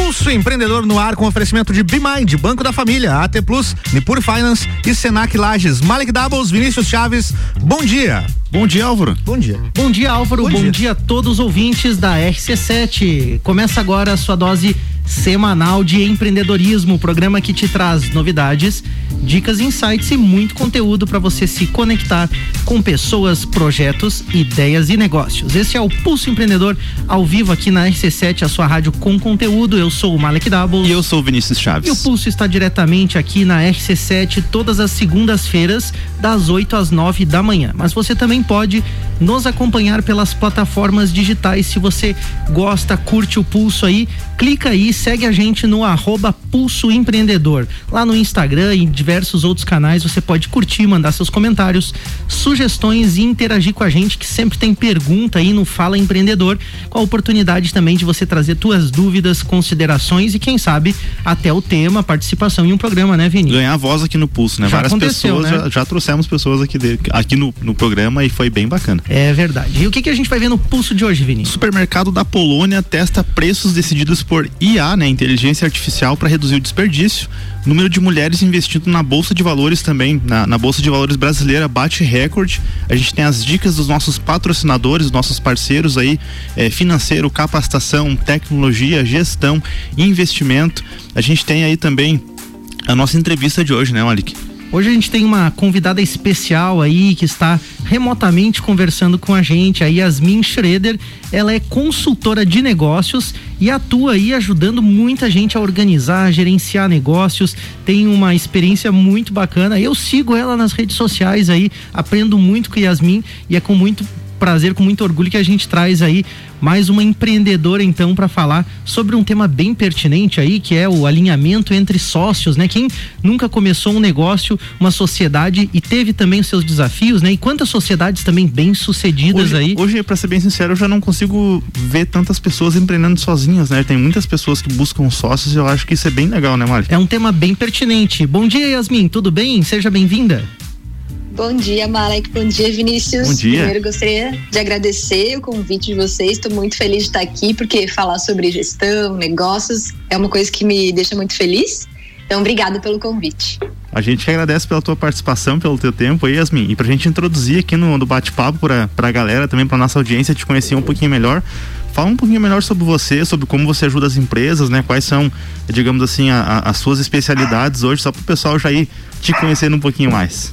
Pulso Empreendedor no ar com oferecimento de BeMind, Banco da Família, AT Plus, Nipur Finance e Senac Lages. Malek Doubles, Vinícius Chaves, bom dia. Bom dia, Álvaro. Bom dia. Bom dia, Álvaro. Bom dia a todos os ouvintes da RC7. Começa agora a sua dose semanal de empreendedorismo, o programa que te traz novidades, dicas, insights e muito conteúdo para você se conectar com pessoas, projetos, ideias e negócios. Esse é o Pulso Empreendedor ao vivo aqui na RC7, a sua rádio com conteúdo. Eu sou o Malek Doubles. E eu sou o Vinícius Chaves. E o Pulso está diretamente aqui na RC7 todas as segundas-feiras, das 8 às 9 da manhã. Mas você também pode nos acompanhar pelas plataformas digitais. Se você gosta, curte o Pulso aí, clica aí, segue a gente no @Pulso Empreendedor. Lá no Instagram e diversos outros canais você pode curtir, mandar seus comentários, sugestões e interagir com a gente, que sempre tem pergunta aí no Fala Empreendedor, com a oportunidade também de você trazer tuas dúvidas, considerações e quem sabe até o tema, participação em um programa, né, Vini? Ganhar voz aqui no Pulso, né? Já várias pessoas, né? já trouxemos pessoas aqui no programa e foi bem bacana. É verdade. E o que a gente vai ver no Pulso de hoje, Vini? O supermercado da Polônia testa preços decididos por IA, né? Inteligência Artificial, para reduzir o desperdício. O número de mulheres investindo na Bolsa de Valores também, na Bolsa de Valores brasileira, bate recorde. A gente tem as dicas dos nossos patrocinadores, dos nossos parceiros aí, financeiro, capacitação, tecnologia, gestão, investimento. A gente tem aí também a nossa entrevista de hoje, né, Malik? Hoje a gente tem uma convidada especial aí que está remotamente conversando com a gente, a Yasmin Schroeder. Ela é consultora de negócios e atua aí ajudando muita gente a organizar, a gerenciar negócios. Tem uma experiência muito bacana. Eu sigo ela nas redes sociais aí, aprendo muito com a Yasmin e é com muito prazer, com muito orgulho que a gente traz aí mais uma empreendedora então para falar sobre um tema bem pertinente aí, que é o alinhamento entre sócios, né? Quem nunca começou um negócio, uma sociedade e teve também os seus desafios, né? E quantas sociedades também bem sucedidas aí. Hoje, para ser bem sincero, eu já não consigo ver tantas pessoas empreendendo sozinhas, né? Tem muitas pessoas que buscam sócios e eu acho que isso é bem legal, né, Mari? É um tema bem pertinente. Bom dia, Yasmin, tudo bem? Seja bem-vinda. Bom dia, Malek. Bom dia, Vinícius. Bom dia. Primeiro, gostaria de agradecer o convite de vocês. Estou muito feliz de estar aqui, porque falar sobre gestão, negócios, é uma coisa que me deixa muito feliz. Então, obrigada pelo convite. A gente que agradece pela tua participação, pelo teu tempo aí, Yasmin. E pra gente introduzir aqui no bate-papo pra galera, também pra nossa audiência te conhecer um pouquinho melhor. Fala um pouquinho melhor sobre você, sobre como você ajuda as empresas, né? Quais são, digamos assim, as suas especialidades hoje, só pro pessoal já ir te conhecendo um pouquinho mais.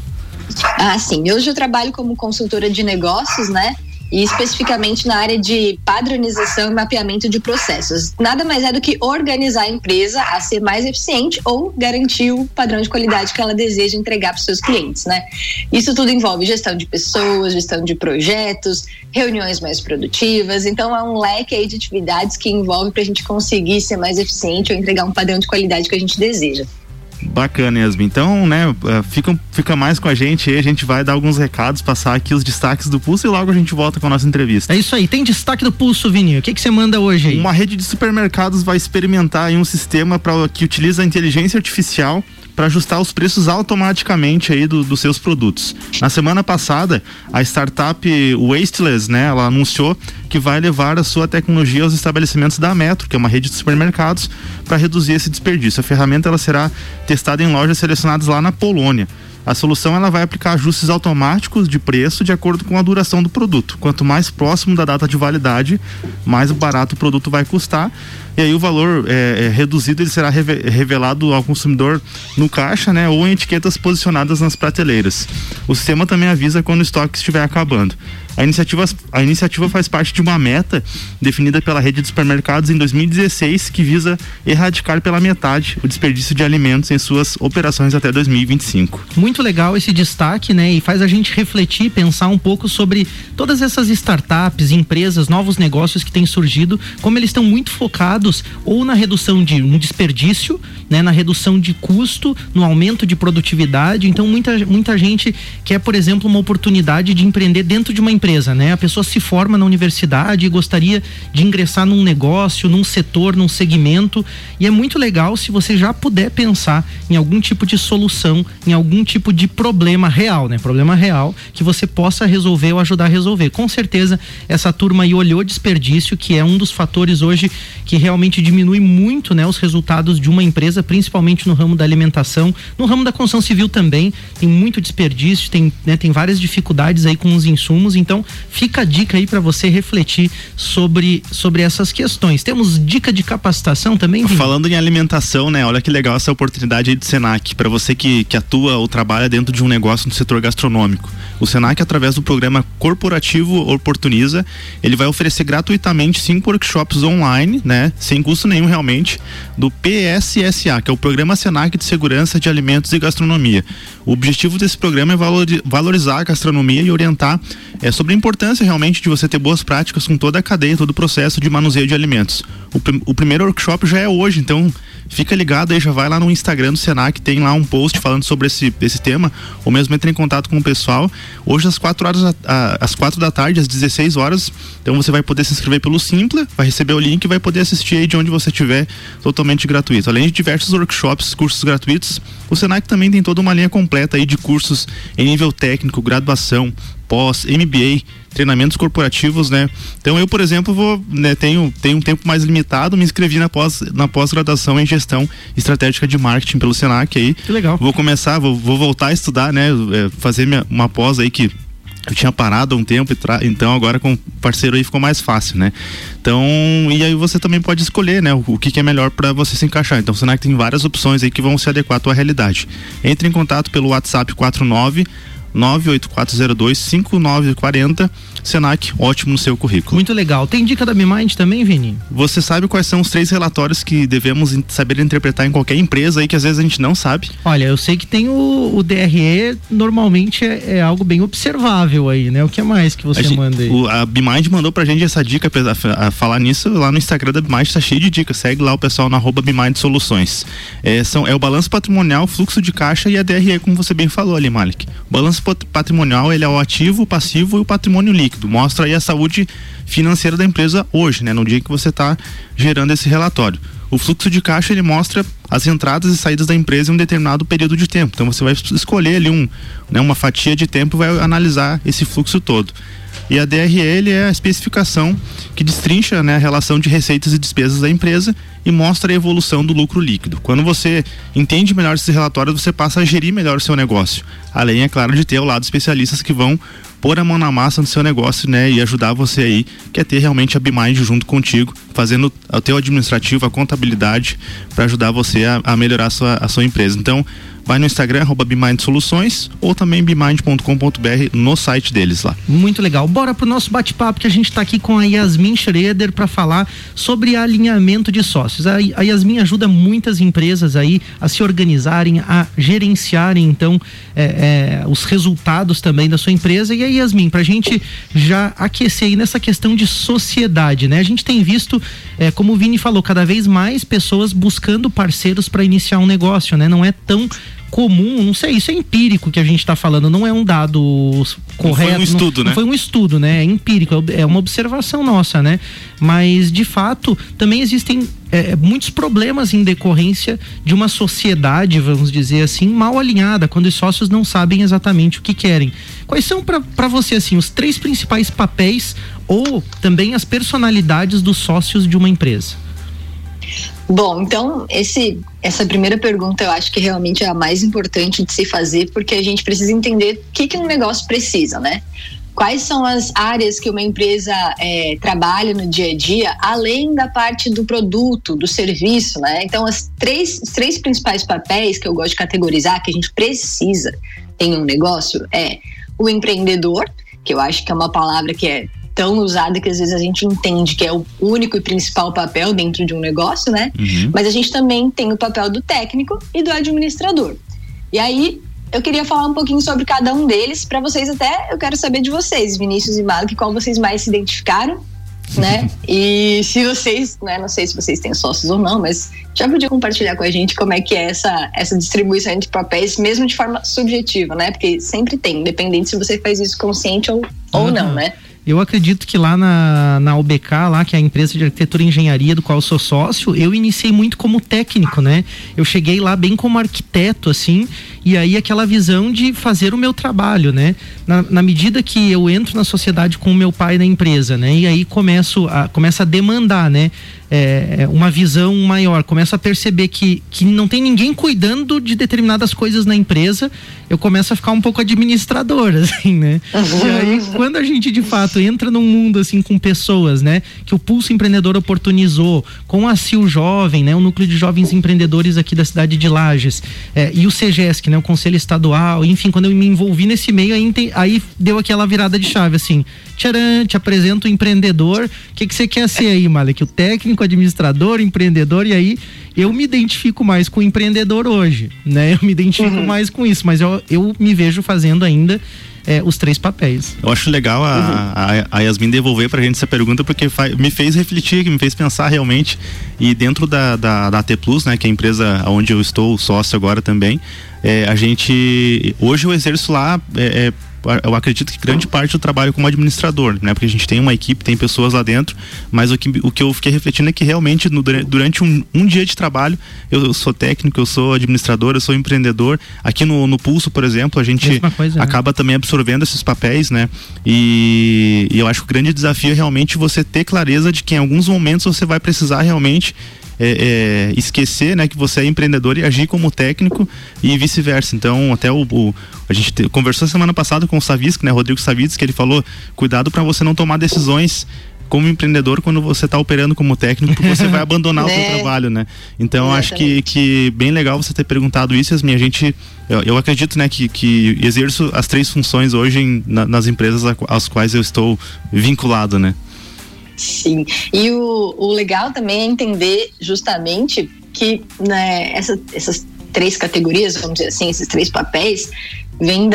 Sim. Hoje eu trabalho como consultora de negócios, né? E especificamente na área de padronização e mapeamento de processos. Nada mais é do que organizar a empresa a ser mais eficiente ou garantir o padrão de qualidade que ela deseja entregar para os seus clientes, né? Isso tudo envolve gestão de pessoas, gestão de projetos, reuniões mais produtivas. Então é um leque aí de atividades que envolve para a gente conseguir ser mais eficiente ou entregar um padrão de qualidade que a gente deseja. Bacana, Yasmin. Então, né, fica mais com a gente aí, a gente vai dar alguns recados, passar aqui os destaques do Pulso e logo a gente volta com a nossa entrevista. É isso aí, tem destaque do Pulso, Vini, o que você manda hoje aí? Uma rede de supermercados vai experimentar aí um sistema que utiliza a inteligência artificial para ajustar os preços automaticamente aí dos seus produtos. Na semana passada, a startup Wasteless, né, ela anunciou que vai levar a sua tecnologia aos estabelecimentos da Metro, que é uma rede de supermercados, para reduzir esse desperdício. A ferramenta ela será testada em lojas selecionadas lá na Polônia. A solução ela vai aplicar ajustes automáticos de preço de acordo com a duração do produto. Quanto mais próximo da data de validade, mais barato o produto vai custar. E aí o valor reduzido ele será revelado ao consumidor no caixa, né, ou em etiquetas posicionadas nas prateleiras. O sistema também avisa quando o estoque estiver acabando. A iniciativa faz parte de uma meta definida pela rede de supermercados em 2016 que visa erradicar pela metade o desperdício de alimentos em suas operações até 2025. Muito legal esse destaque, né? E faz a gente refletir, pensar um pouco sobre todas essas startups, empresas, novos negócios que têm surgido, como eles estão muito focados ou na redução de um desperdício, né? Na redução de custo, no aumento de produtividade. Então muita gente quer, por exemplo, uma oportunidade de empreender dentro de uma empresa empresa, né? A pessoa se forma na universidade e gostaria de ingressar num negócio, num setor, num segmento, e é muito legal se você já puder pensar em algum tipo de solução, em algum tipo de problema real, né? Problema real que você possa resolver ou ajudar a resolver. Com certeza essa turma aí olhou desperdício, que é um dos fatores hoje que realmente diminui muito, né, os resultados de uma empresa, principalmente no ramo da alimentação, no ramo da construção civil também, tem muito desperdício, tem várias dificuldades aí com os insumos, então fica a dica aí para você refletir sobre essas questões. Temos dica de capacitação também, Vini? Falando em alimentação, né, olha que legal essa oportunidade aí do Senac, para você que atua ou trabalha dentro de um negócio no setor gastronômico. O Senac, através do programa Corporativo Oportuniza, ele vai oferecer gratuitamente 5 workshops online, né, sem custo nenhum realmente, do PSSA, que é o Programa Senac de Segurança de Alimentos e Gastronomia. O objetivo desse programa é valorizar a gastronomia e orientar sobre a importância realmente de você ter boas práticas com toda a cadeia, todo o processo de manuseio de alimentos. O primeiro workshop já é hoje, então fica ligado aí, já vai lá no Instagram do Senac, tem lá um post falando sobre esse tema, ou mesmo entre em contato com o pessoal. Hoje às 4 da tarde, às 16 horas, então você vai poder se inscrever pelo Simpla, vai receber o link e vai poder assistir aí de onde você estiver, totalmente gratuito. Além de diversos workshops, cursos gratuitos, o Senac também tem toda uma linha completa aí de cursos em nível técnico, graduação, pós, MBA, treinamentos corporativos, né? Então eu, por exemplo, vou, né, tenho um tempo mais limitado, me inscrevi na pós-graduação em gestão estratégica de marketing pelo Senac aí. Que legal. Vou voltar a estudar, né? Fazer uma pós aí que eu tinha parado há um tempo, então agora com o parceiro aí ficou mais fácil, né? Então, e aí você também pode escolher, né? O que é melhor para você se encaixar. Então o Senac tem várias opções aí que vão se adequar à tua realidade. Entre em contato pelo WhatsApp 49984025940. Senac, ótimo no seu currículo. Muito legal. Tem dica da BeMind também, Vini? Você sabe quais são os 3 relatórios que devemos saber interpretar em qualquer empresa aí que às vezes a gente não sabe? Olha, eu sei que tem o DRE, normalmente é algo bem observável aí, né? O que mais que você manda aí? A BeMind mandou pra gente essa dica, a falar nisso, lá no Instagram da BeMind tá cheio de dicas. Segue lá o pessoal no @BeMind Soluções. É o balanço patrimonial, fluxo de caixa e a DRE, como você bem falou ali, Malik. O balanço patrimonial, ele é o ativo, o passivo e o patrimônio líquido. Mostra aí a saúde financeira da empresa hoje, né? No dia que você está gerando esse relatório. O fluxo de caixa, ele mostra as entradas e saídas da empresa em um determinado período de tempo. Então você vai escolher ali uma fatia de tempo e vai analisar esse fluxo todo. E a DRE, ele é a especificação que destrincha, né, a relação de receitas e despesas da empresa e mostra a evolução do lucro líquido. Quando você entende melhor esses relatórios, você passa a gerir melhor o seu negócio. Além, é claro, de ter ao lado especialistas que vão pôr a mão na massa no seu negócio, né, e ajudar você aí, que é ter realmente a BeMind junto contigo, fazendo o teu administrativo, a contabilidade, para ajudar você a melhorar a sua empresa. Então, vai no Instagram, @BeMind Soluções, ou também bemind.com.br no site deles lá. Muito legal. Bora pro nosso bate-papo, que a gente tá aqui com a Yasmin Schroeder para falar sobre alinhamento de sócios. A Yasmin ajuda muitas empresas aí a se organizarem, a gerenciarem então os resultados também da sua empresa. E aí, Yasmin, pra gente já aquecer aí nessa questão de sociedade, né? A gente tem visto, como o Vini falou, cada vez mais pessoas buscando parceiros para iniciar um negócio, né? Não é tão comum, não sei, isso é empírico que a gente está falando, não é um dado correto. Não foi um estudo, né? Não foi um estudo, né? É empírico, é uma observação nossa, né? Mas, de fato, também existem muitos problemas em decorrência de uma sociedade, vamos dizer assim, mal alinhada, quando os sócios não sabem exatamente o que querem. Quais são, para você, assim, os 3 principais papéis ou também as personalidades dos sócios de uma empresa? Bom, então essa primeira pergunta eu acho que realmente é a mais importante de se fazer, porque a gente precisa entender o que um negócio precisa, né? Quais são as áreas que uma empresa trabalha no dia a dia, além da parte do produto, do serviço, né? Então, os três principais papéis que eu gosto de categorizar, que a gente precisa em um negócio, é o empreendedor, que eu acho que é uma palavra que é tão usada que às vezes a gente entende que é o único e principal papel dentro de um negócio, né? Uhum. Mas a gente também tem o papel do técnico e do administrador. E aí, eu queria falar um pouquinho sobre cada um deles, para vocês até, eu quero saber de vocês, Vinícius e Malik, qual vocês mais se identificaram né? E se vocês, né, não sei se vocês têm sócios ou não, mas já podia compartilhar com a gente como é que é essa distribuição entre papéis, mesmo de forma subjetiva, né? Porque sempre tem, independente se você faz isso consciente ou não, né? Eu acredito que lá na UBK, lá, que é a empresa de arquitetura e engenharia do qual eu sou sócio, eu iniciei muito como técnico, né? Eu cheguei lá bem como arquiteto, assim, e aí aquela visão de fazer o meu trabalho, né? Na medida que eu entro na sociedade com o meu pai na empresa, né? E aí começa a demandar, né? Uma visão maior, começo a perceber que não tem ninguém cuidando de determinadas coisas na empresa, eu começo a ficar um pouco administrador, assim, né? E aí, quando a gente de fato entra num mundo assim com pessoas, né? Que o Pulso Empreendedor oportunizou, com a CIL Jovem, né? O Núcleo de Jovens Empreendedores aqui da cidade de Lages, e o CEGESC, né? O Conselho Estadual, enfim, quando eu me envolvi nesse meio, aí deu aquela virada de chave, assim, tcharam, te apresento o empreendedor, o que você quer ser aí, Malek? O técnico, administrador, empreendedor, e aí eu me identifico mais com o empreendedor hoje, né? Eu me identifico mais com isso, mas eu me vejo fazendo ainda os 3 papéis. Eu acho legal a Yasmin devolver pra gente essa pergunta, porque me fez refletir, me fez pensar realmente, e dentro da AT Plus, né, que é a empresa onde eu estou sócio agora também, hoje eu exerço lá, eu acredito que grande parte do trabalho como administrador, né? Porque a gente tem uma equipe, tem pessoas lá dentro, mas o que eu fiquei refletindo é que realmente durante um dia de trabalho, eu sou técnico, eu sou administrador, eu sou empreendedor. Aqui no Pulso, por exemplo, a gente acaba também absorvendo esses papéis, né? E eu acho que o grande desafio é realmente você ter clareza de que em alguns momentos você vai precisar realmente esquecer, né, que você é empreendedor e agir como técnico, e vice-versa. Então, até a gente conversou semana passada com o Savitsky, né, Rodrigo Savitsky, que ele falou: cuidado para você não tomar decisões como empreendedor quando você está operando como técnico, porque você vai abandonar o seu trabalho, né? Então, acho que bem legal você ter perguntado isso, Yasmin. Eu acredito, né, que exerço as 3 funções hoje nas empresas às quais eu estou vinculado, né? Sim, e o legal também é entender justamente que, né, essas 3 categorias, vamos dizer assim, esses 3 papéis, vêm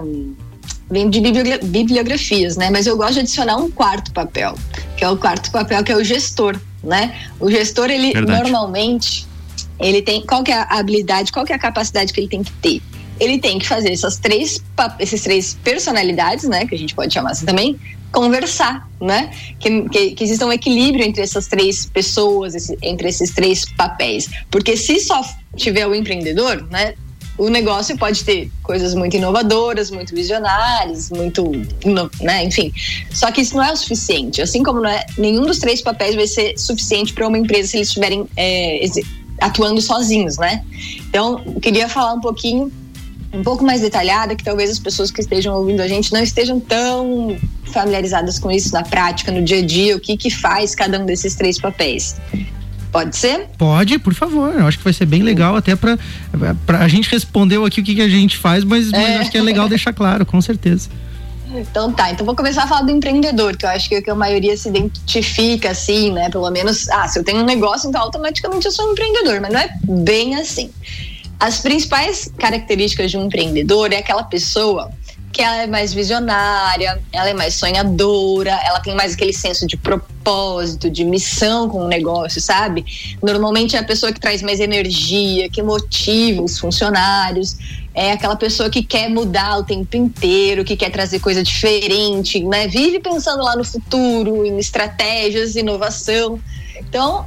de bibliografias, né? Mas eu gosto de adicionar um 4º papel, que é o 4º papel, que é o gestor, né? O gestor, ele normalmente, ele tem, qual que é a habilidade, qual que é a capacidade que ele tem que ter? Ele tem que fazer esses 3 personalidades, né? Que a gente pode chamar assim também, conversar, né? Que exista um equilíbrio entre essas 3 pessoas, entre esses 3 papéis. Porque se só tiver o empreendedor, né? O negócio pode ter coisas muito inovadoras, muito visionárias, né? Enfim. Só que isso não é o suficiente. Assim como nenhum dos 3 papéis vai ser suficiente para uma empresa se eles estiverem atuando sozinhos, né? Então, eu queria falar um pouco mais detalhada, que talvez as pessoas que estejam ouvindo a gente não estejam tão familiarizadas com isso na prática, no dia a dia, o que faz cada um desses 3 papéis. Pode ser? Pode, por favor. Eu acho que vai ser bem legal, até pra a gente respondeu aqui o que a gente faz, mas acho que é legal deixar claro, com certeza. Então tá, vou começar a falar do empreendedor, que eu acho que a maioria se identifica assim, né? Pelo menos, se eu tenho um negócio, então automaticamente eu sou um empreendedor, mas não é bem assim. As principais características de um empreendedor é aquela pessoa que ela é mais visionária, ela é mais sonhadora, ela tem mais aquele senso de propósito, de missão com o negócio, sabe? Normalmente é a pessoa que traz mais energia, que motiva os funcionários, é aquela pessoa que quer mudar o tempo inteiro, que quer trazer coisa diferente, né? Vive pensando lá no futuro, em estratégias, inovação. Então,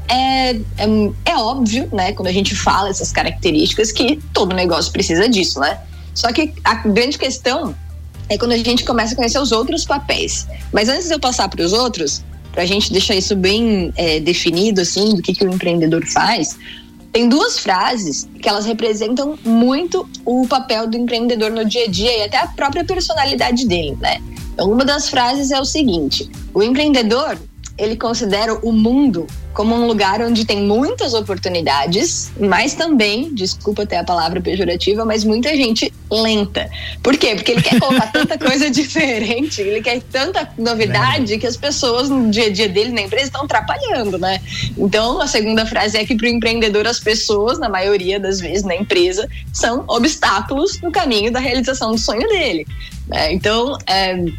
é óbvio, né, quando a gente fala essas características, que todo negócio precisa disso, né? Só que a grande questão é quando a gente começa a conhecer os outros papéis. Mas antes de eu passar para os outros, para a gente deixar isso bem definido, assim, do que o empreendedor faz, tem 2 frases que elas representam muito o papel do empreendedor no dia a dia e até a própria personalidade dele, né? Então, uma das frases é o seguinte: o empreendedor, ele considera o mundo como um lugar onde tem muitas oportunidades, mas também, desculpa até a palavra pejorativa, mas muita gente lenta. Por quê? Porque ele quer colocar tanta coisa diferente, ele quer tanta novidade que as pessoas no dia a dia dele na empresa estão atrapalhando, né? Então, a segunda frase é que para o empreendedor as pessoas, na maioria das vezes na empresa, são obstáculos no caminho da realização do sonho dele, né? Então,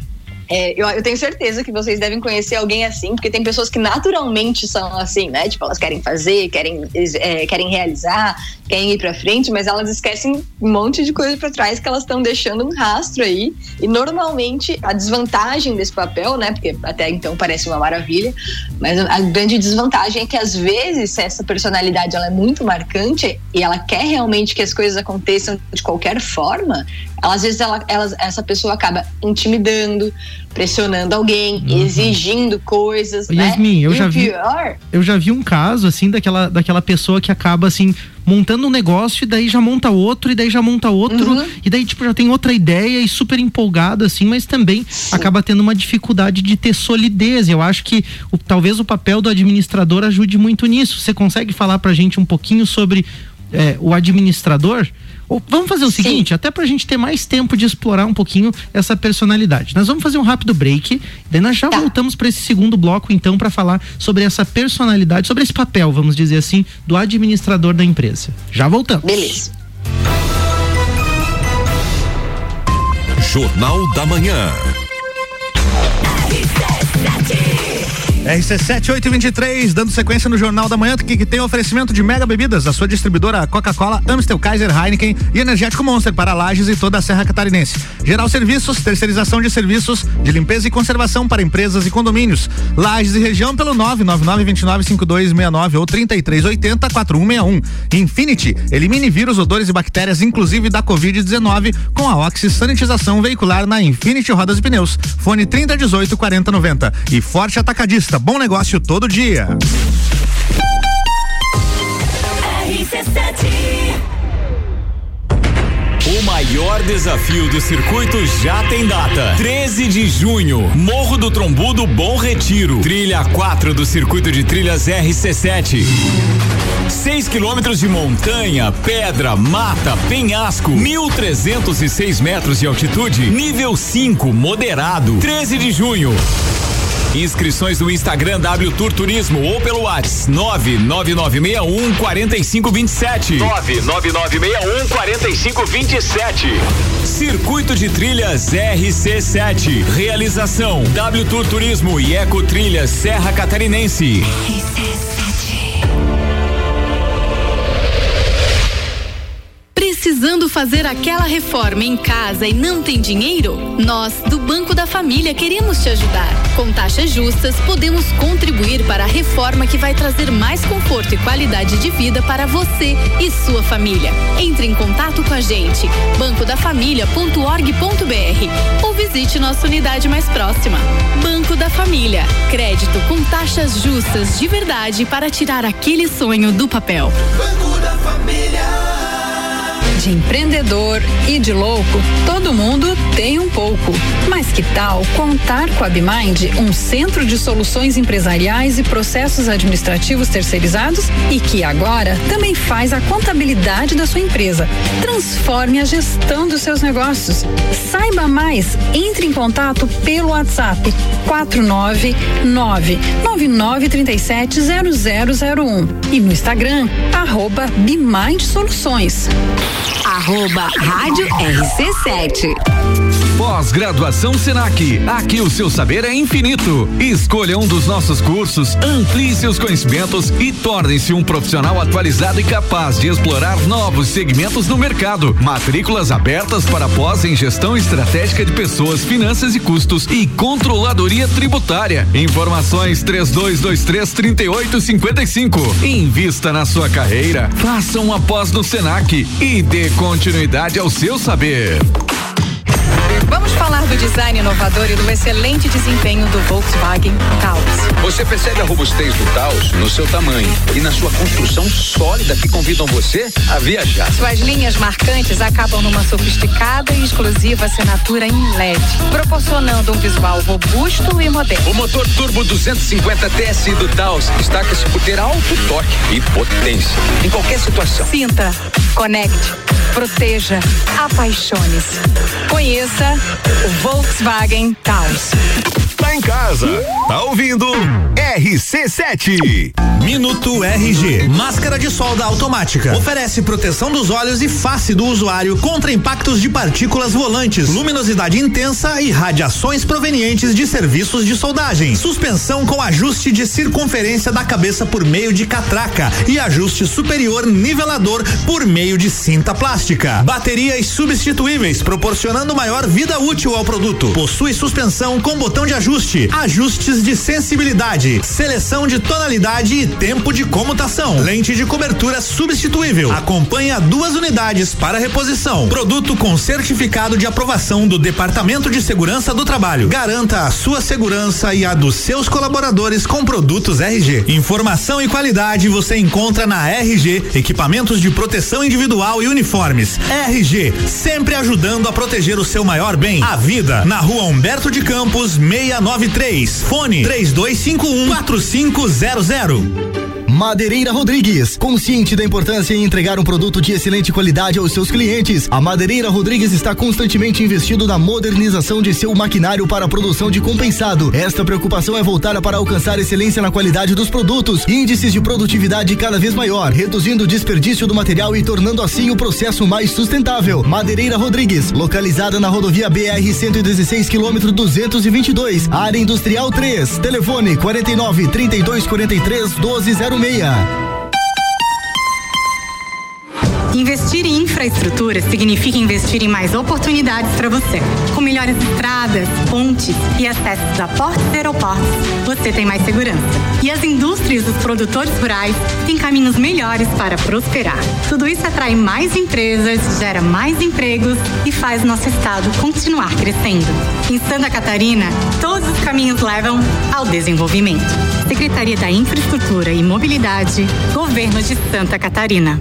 Eu tenho certeza que vocês devem conhecer alguém assim, porque tem pessoas que naturalmente são assim, né? Tipo, elas querem fazer, querem realizar, querem ir pra frente, mas elas esquecem um monte de coisa pra trás que elas estão deixando um rastro aí. E normalmente a desvantagem desse papel, né? Porque até então parece uma maravilha, mas a grande desvantagem é que às vezes, se essa personalidade ela é muito marcante e ela quer realmente que as coisas aconteçam de qualquer forma, às vezes essa pessoa acaba intimidando, pressionando alguém, exigindo coisas, Yasmin, né? eu já vi um caso, assim, daquela pessoa que acaba, assim, montando um negócio e daí já monta outro, e daí já monta outro, e daí, tipo, já tem outra ideia e super empolgado, assim, mas também acaba tendo uma dificuldade de ter solidez. Eu acho que talvez o papel do administrador ajude muito nisso. Você consegue falar pra gente um pouquinho sobre o administrador? Vamos fazer o seguinte, até pra gente ter mais tempo de explorar um pouquinho essa personalidade. Nós vamos fazer um rápido break, daí nós já voltamos para esse segundo bloco, então, para falar sobre essa personalidade, sobre esse papel, vamos dizer assim, do administrador da empresa. Já voltamos. Beleza. Jornal da Manhã. RC7 823, dando sequência no Jornal da Manhã, que tem oferecimento de Mega Bebidas, a sua distribuidora Coca-Cola, Amstel, Kaiser, Heineken e Energético Monster para Lages e toda a Serra Catarinense. Geral Serviços, terceirização de serviços de limpeza e conservação para empresas e condomínios. Lages e região pelo 999-295269 ou 3380-4161. Infinity, elimine vírus, odores e bactérias, inclusive da Covid-19, com a Oxy Sanitização Veicular na Infinity Rodas e Pneus. Fone 3018-4090. E Forte Atacadista, bom negócio todo dia. O maior desafio do circuito já tem data. 13 de junho, Morro do Trombudo, Bom Retiro. Trilha 4 do circuito de trilhas RC7. 6 quilômetros de montanha, pedra, mata, penhasco, 1.306 metros de altitude, nível 5, moderado. 13 de junho. Inscrições no Instagram W Tour Turismo ou pelo WhatsApp 99961-4527. 99961-4527. Circuito de Trilhas RC7. Realização W Tour Turismo e Eco Trilhas Serra Catarinense. Precisando fazer aquela reforma em casa e não tem dinheiro? Nós, do Banco da Família, queremos te ajudar. Com taxas justas, podemos contribuir para a reforma que vai trazer mais conforto e qualidade de vida para você e sua família. Entre em contato com a gente, bancodafamilia.org.br ou visite nossa unidade mais próxima. Banco da Família, crédito com taxas justas de verdade para tirar aquele sonho do papel. Banco da Família. De empreendedor e de louco, todo mundo tem um pouco. Mas que tal contar com a BeMind, um centro de soluções empresariais e processos administrativos terceirizados e que agora também faz a contabilidade da sua empresa. Transforme a gestão dos seus negócios. Saiba mais, entre em contato pelo WhatsApp 499-9937-0001 e no Instagram @BeMind Soluções. @Rádio RC7. Pós-graduação Senac. Aqui o seu saber é infinito. Escolha um dos nossos cursos, amplie seus conhecimentos e torne-se um profissional atualizado e capaz de explorar novos segmentos no mercado. Matrículas abertas para pós em gestão estratégica de pessoas, finanças e custos e controladoria tributária. Informações 3223-3855. Invista na sua carreira. Faça uma pós no Senac e dê continuidade ao seu saber. Vamos falar do design inovador e do excelente desempenho do Volkswagen Taos. Você percebe a robustez do Taos no seu tamanho e na sua construção sólida que convidam você a viajar. Suas linhas marcantes acabam numa sofisticada e exclusiva assinatura em LED, proporcionando um visual robusto e moderno. O motor turbo 250 TSI do Taos destaca-se por ter alto torque e potência em qualquer situação. Sinta, conecte, proteja, apaixone-se. Conheça o Volkswagen Taos. tá em casa. Tá ouvindo RC7. Minuto RG. Máscara de solda automática. Oferece proteção dos olhos e face do usuário contra impactos de partículas volantes, luminosidade intensa e radiações provenientes de serviços de soldagem. Suspensão com ajuste de circunferência da cabeça por meio de catraca e ajuste superior nivelador por meio de cinta plástica. Baterias substituíveis, proporcionando maior vida útil ao produto. Possui suspensão com botão de ajuste, ajustes de sensibilidade, seleção de tonalidade e tempo de comutação. Lente de cobertura substituível. Acompanha 2 unidades para reposição. Produto com certificado de aprovação do Departamento de Segurança do Trabalho. Garanta a sua segurança e a dos seus colaboradores com produtos RG. Informação e qualidade você encontra na RG, equipamentos de proteção individual e uniformes. RG, sempre ajudando a proteger o seu maior bem, a vida. Na Rua Humberto de Campos, 693. Fone 3251-4500. Madeireira Rodrigues, consciente da importância em entregar um produto de excelente qualidade aos seus clientes, a Madeireira Rodrigues está constantemente investindo na modernização de seu maquinário para a produção de compensado. Esta preocupação é voltada para alcançar excelência na qualidade dos produtos, índices de produtividade cada vez maior, reduzindo o desperdício do material e tornando assim o processo mais sustentável. Madeireira Rodrigues, localizada na rodovia BR-116, quilômetro 222, área industrial 3, telefone 49-3243-1206. Investir em infraestrutura significa investir em mais oportunidades para você. Com melhores estradas, pontes e acessos a portos e aeroportos, você tem mais segurança. E as indústrias dos produtores rurais têm caminhos melhores para prosperar. Tudo isso atrai mais empresas, gera mais empregos e faz nosso estado continuar crescendo. Em Santa Catarina, todos os caminhos levam ao desenvolvimento. Secretaria da Infraestrutura e Mobilidade, Governo de Santa Catarina.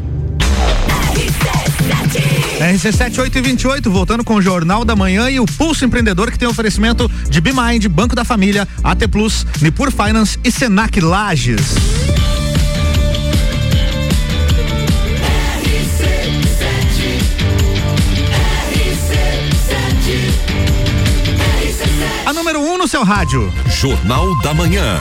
RC7 828, voltando com o Jornal da Manhã e o Pulso Empreendedor, que tem oferecimento de BeMind, Banco da Família, AT Plus, Nipur Finance e Senac Lages. A número 1 no seu rádio. Jornal da Manhã.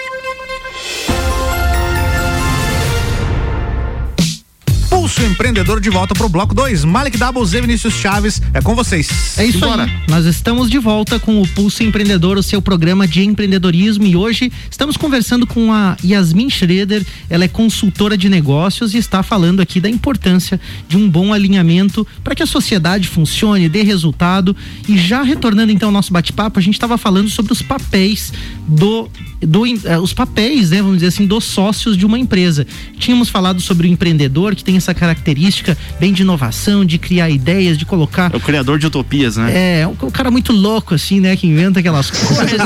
Pulso Empreendedor de volta pro bloco 2. Malek Double, Zé Vinícius Chaves, é com vocês. É isso aí. Nós estamos de volta com o Pulso Empreendedor, o seu programa de empreendedorismo, e hoje estamos conversando com a Yasmin Schroeder. Ela é consultora de negócios e está falando aqui da importância de um bom alinhamento para que a sociedade funcione, dê resultado. E já retornando então ao nosso bate-papo, a gente estava falando sobre os papéis os papéis, né, vamos dizer assim, dos sócios de uma empresa. Tínhamos falado sobre o empreendedor, que tem essa característica bem de inovação, de criar ideias, de colocar... É o criador de utopias, né? É, um cara muito louco, assim, né, que inventa aquelas coisas.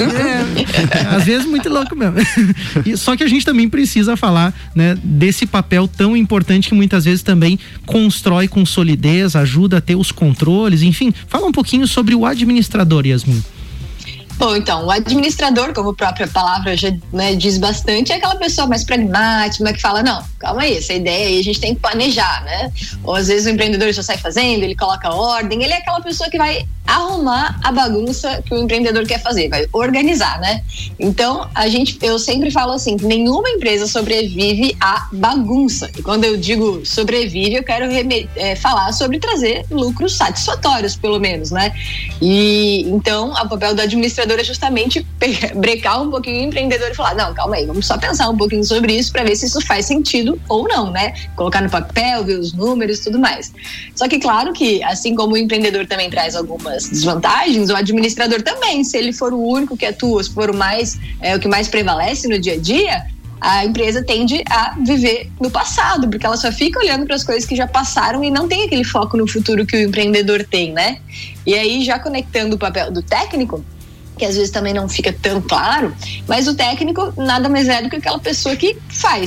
Às vezes muito louco mesmo. Só que a gente também precisa falar, né, desse papel tão importante que muitas vezes também constrói com solidez, ajuda a ter os controles, enfim. Fala um pouquinho sobre o administrador, Yasmin. Bom, então, o administrador, como a própria palavra já, né, diz bastante, é aquela pessoa mais pragmática, que fala, não, calma aí, essa ideia aí a gente tem que planejar, né? Ou às vezes o empreendedor já sai fazendo, ele coloca ordem, ele é aquela pessoa que vai arrumar a bagunça que o empreendedor quer fazer, vai organizar, né? Então, eu sempre falo assim, que nenhuma empresa sobrevive à bagunça. E quando eu digo sobrevive, eu quero falar sobre trazer lucros satisfatórios, pelo menos, né? E então, o papel do administrador é justamente brecar um pouquinho o empreendedor e falar, não, calma aí, vamos só pensar um pouquinho sobre isso para ver se isso faz sentido ou não, né? Colocar no papel, ver os números e tudo mais. Só que claro que, assim como o empreendedor também traz algumas desvantagens, o administrador também, se ele for o único que atua, se for o que mais prevalece no dia a dia, a empresa tende a viver no passado, porque ela só fica olhando para as coisas que já passaram e não tem aquele foco no futuro que o empreendedor tem, né? E aí, já conectando o papel do técnico, que às vezes também não fica tão claro, mas o técnico nada mais é do que aquela pessoa que faz.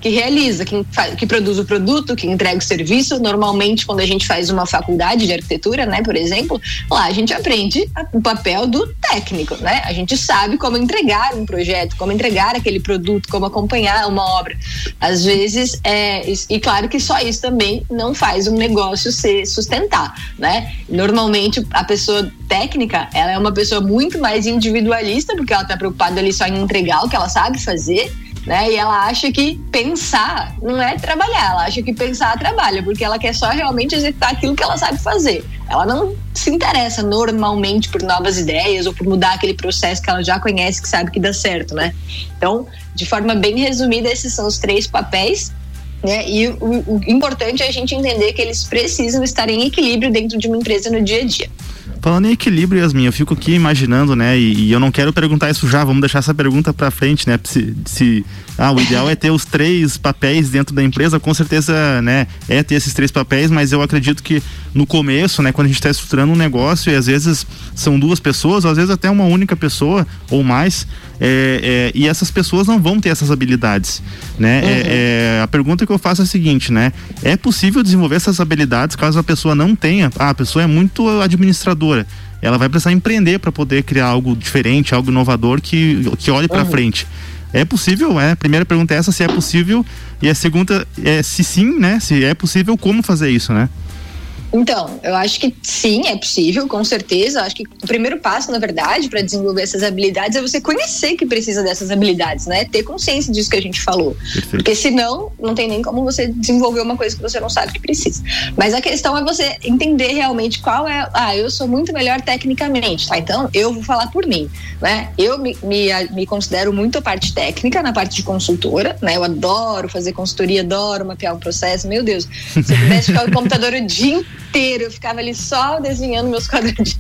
que realiza, que produz o produto, que entrega o serviço. Normalmente, quando a gente faz uma faculdade de arquitetura, né, por exemplo, lá a gente aprende o papel do técnico, né? A gente sabe como entregar um projeto, como entregar aquele produto, como acompanhar uma obra. Às vezes, e claro que só isso também não faz um negócio se sustentar, né? Normalmente, a pessoa técnica, ela é uma pessoa muito mais individualista, porque ela está preocupada ali só em entregar o que ela sabe fazer, né? E ela acha que pensar não é trabalhar, ela acha que pensar trabalha, porque ela quer só realmente executar aquilo que ela sabe fazer. Ela não se interessa normalmente por novas ideias ou por mudar aquele processo que ela já conhece, que sabe que dá certo, né? Então, de forma bem resumida, esses são os 3 papéis, né? E o importante é a gente entender que eles precisam estar em equilíbrio dentro de uma empresa no dia a dia. Falando em equilíbrio, Yasmin, eu fico aqui imaginando, né, e eu não quero perguntar isso já, vamos deixar essa pergunta pra frente, né, o ideal é ter os 3 papéis dentro da empresa, com certeza, né, é ter esses 3 papéis, mas eu acredito que no começo, né, quando a gente está estruturando um negócio, e às vezes são 2 pessoas, ou às vezes até uma única pessoa, ou mais, e essas pessoas não vão ter essas habilidades, né, a pergunta que eu faço é a seguinte, né, é possível desenvolver essas habilidades caso a pessoa não tenha, a pessoa é muito administradora, ela vai precisar empreender para poder criar algo diferente, algo inovador que olhe para frente. É possível? A primeira pergunta é essa, se é possível, e a segunda é se sim, né? Se é possível, como fazer isso, né? Então, eu acho que sim, é possível, com certeza. Eu acho que o primeiro passo, na verdade, para desenvolver essas habilidades é você conhecer que precisa dessas habilidades, né? Ter consciência disso que a gente falou. Perfeito. Porque senão, não tem nem como você desenvolver uma coisa que você não sabe que precisa. Mas a questão é você entender realmente qual é... eu sou muito melhor tecnicamente, tá? Então, eu vou falar por mim, né? Eu me considero muito a parte técnica, na parte de consultora, né? Eu adoro fazer consultoria, adoro mapear um processo. Meu Deus, se eu pudesse ficar no computador o dia inteiro, eu ficava ali só desenhando meus quadradinhos.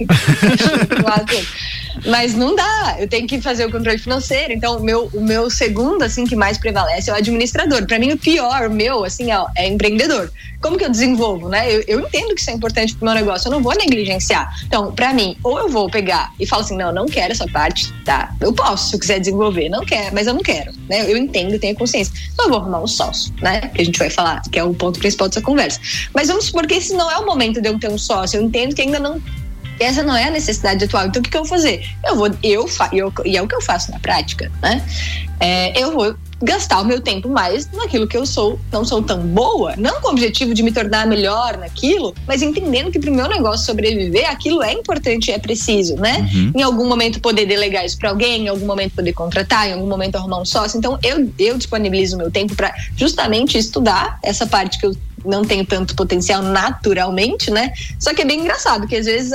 Mas não dá, eu tenho que fazer o controle financeiro. Então o meu segundo, assim, que mais prevalece é o administrador. Pra mim o pior, é empreendedor. Como que eu desenvolvo, né? Eu entendo que isso é importante pro meu negócio, eu não vou negligenciar. Então, pra mim, ou eu vou pegar e falo assim, não quero essa parte, tá? Eu posso, se eu quiser desenvolver, não quero, mas eu não quero, né? Eu entendo, tenho consciência. Então eu vou arrumar um sócio, né? Que a gente vai falar, que é o ponto principal dessa conversa. Mas vamos supor que esse não é o momento de eu ter um sócio, eu entendo que ainda não... Essa não é a necessidade atual. Então, o que eu vou fazer? E é o que eu faço na prática, né? Eu vou gastar o meu tempo mais naquilo que eu não sou tão boa, não com o objetivo de me tornar melhor naquilo, mas entendendo que para o meu negócio sobreviver, aquilo é importante e é preciso, né? Em algum momento poder delegar isso para alguém, em algum momento poder contratar, em algum momento arrumar um sócio. Então, eu disponibilizo o meu tempo para justamente estudar essa parte que eu não tenho tanto potencial naturalmente, né? Só que é bem engraçado, que às vezes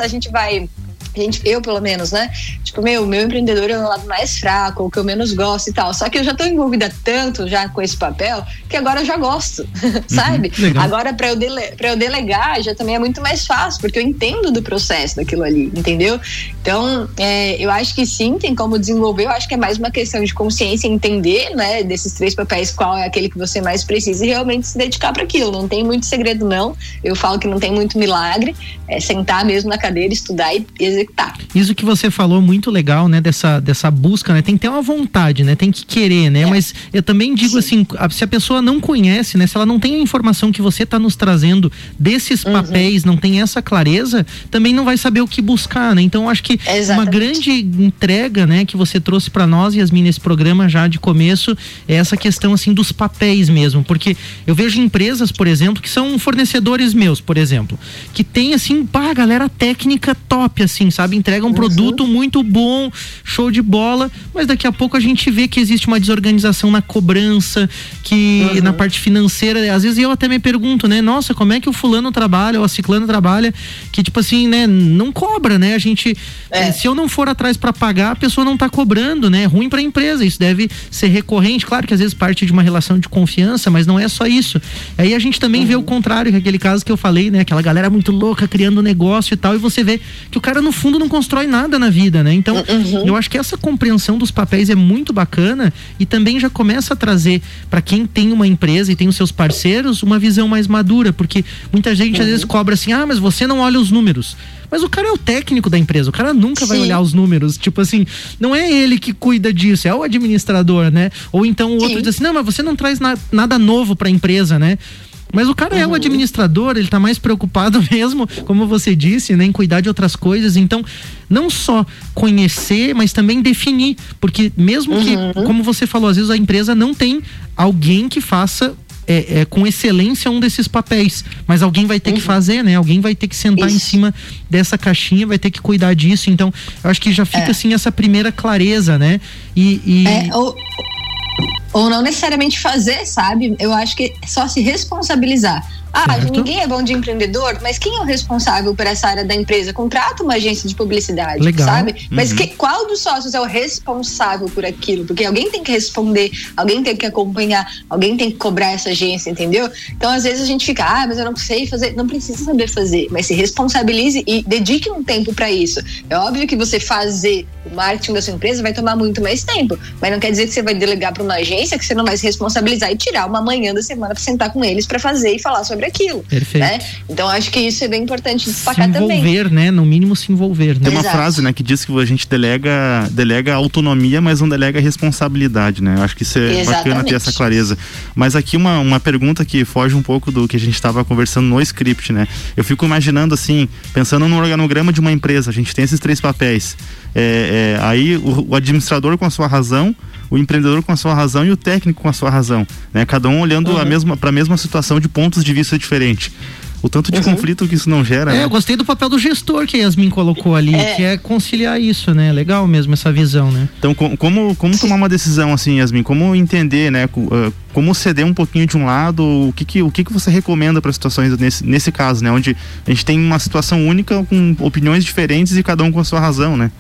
eu pelo menos, né? Tipo, meu empreendedor é o lado mais fraco, o que eu menos gosto e tal. Só que eu já tô envolvida tanto já com esse papel, que agora eu já gosto, sabe? Legal. Agora pra eu delegar já também é muito mais fácil, porque eu entendo do processo daquilo ali, entendeu? Então, eu acho que sim, tem como desenvolver. Eu acho que é mais uma questão de consciência, entender, né? Desses 3 papéis, qual é aquele que você mais precisa e realmente se dedicar para aquilo. Não tem muito segredo, não. Eu falo que não tem muito milagre. É sentar mesmo na cadeira, estudar e executar. Isso que você falou, muito legal, né? Dessa busca, né? Tem que ter uma vontade, né? Tem que querer, né? Mas eu também digo assim, se a pessoa não conhece, né? Se ela não tem a informação que você está nos trazendo desses papéis, não tem essa clareza, também não vai saber o que buscar, né? Então, acho que uma grande entrega, né? Que você trouxe para nós, Yasmin, nesse programa já de começo, é essa questão, assim, dos papéis mesmo, porque eu vejo empresas, por exemplo, que são fornecedores meus, por exemplo, que tem, assim, galera técnica top, assim, sabe? Entrega um produto muito bom, show de bola, mas daqui a pouco a gente vê que existe uma desorganização na cobrança, que na parte financeira, às vezes eu até me pergunto, né? Nossa, como é que o fulano trabalha ou a ciclana trabalha, que tipo assim, né? Não cobra, né? A gente, se eu não for atrás para pagar, a pessoa não tá cobrando, né? É ruim pra empresa, isso deve ser recorrente, claro que às vezes parte de uma relação de confiança, mas não é só isso. Aí a gente também vê o contrário, que é aquele caso que eu falei, né? Aquela galera muito louca criando negócio e tal, e você vê que o cara no fundo não constrói nada na vida, né? Então, eu acho que essa compreensão dos papéis é muito bacana e também já começa a trazer para quem tem uma empresa e tem os seus parceiros uma visão mais madura, porque muita gente às vezes cobra assim, mas você não olha os números. Mas o cara é o técnico da empresa, o cara nunca vai Sim. olhar os números, tipo assim, não é ele que cuida disso, é o administrador, né? Ou então o outro Sim. diz assim, não, mas você não traz nada novo pra empresa, né? Mas o cara é o administrador, ele tá mais preocupado mesmo, como você disse, né, em cuidar de outras coisas. Então, não só conhecer, mas também definir. Porque mesmo que, como você falou, às vezes a empresa não tem alguém que faça com excelência um desses papéis. Mas alguém vai ter que fazer, né? Alguém vai ter que sentar em cima dessa caixinha, vai ter que cuidar disso. Então, eu acho que já fica assim essa primeira clareza, né? Ou não necessariamente fazer, sabe? Eu acho que é só se responsabilizar. Ninguém é bom de empreendedor, mas quem é o responsável por essa área da empresa? Contrata uma agência de publicidade, Legal. sabe? Mas qual dos sócios é o responsável por aquilo? Porque alguém tem que responder, alguém tem que acompanhar, alguém tem que cobrar essa agência, entendeu? Então, às vezes a gente fica, mas eu não sei fazer. Não precisa saber fazer, mas se responsabilize e dedique um tempo para isso. É óbvio que você fazer o marketing da sua empresa vai tomar muito mais tempo, mas não quer dizer que você vai delegar para uma agência, que você não vai se responsabilizar e tirar uma manhã da semana para sentar com eles para fazer e falar sobre aquilo. Perfeito. Né? Então acho que isso é bem importante destacar também. Se envolver, também. né? No mínimo se envolver, né? Tem uma frase, né, que diz que a gente delega autonomia, mas não delega responsabilidade, né? Eu acho que isso é bacana ter essa clareza. Mas aqui uma pergunta que foge um pouco do que a gente estava conversando no script, né? Eu fico imaginando assim, pensando no organograma de uma empresa, a gente tem esses 3 papéis. Aí o administrador com a sua razão, o empreendedor com a sua razão e o técnico com a sua razão, né? Cada um olhando para a mesma situação de pontos de vista diferentes. O tanto de conflito que isso não gera, né? Eu gostei do papel do gestor que a Yasmin colocou ali, que é conciliar isso, né? Legal mesmo essa visão, né? Então, como tomar uma decisão assim, Yasmin? Como entender, né? Como ceder um pouquinho de um lado? O que você recomenda para situações nesse caso, né? Onde a gente tem uma situação única com opiniões diferentes e cada um com a sua razão, né?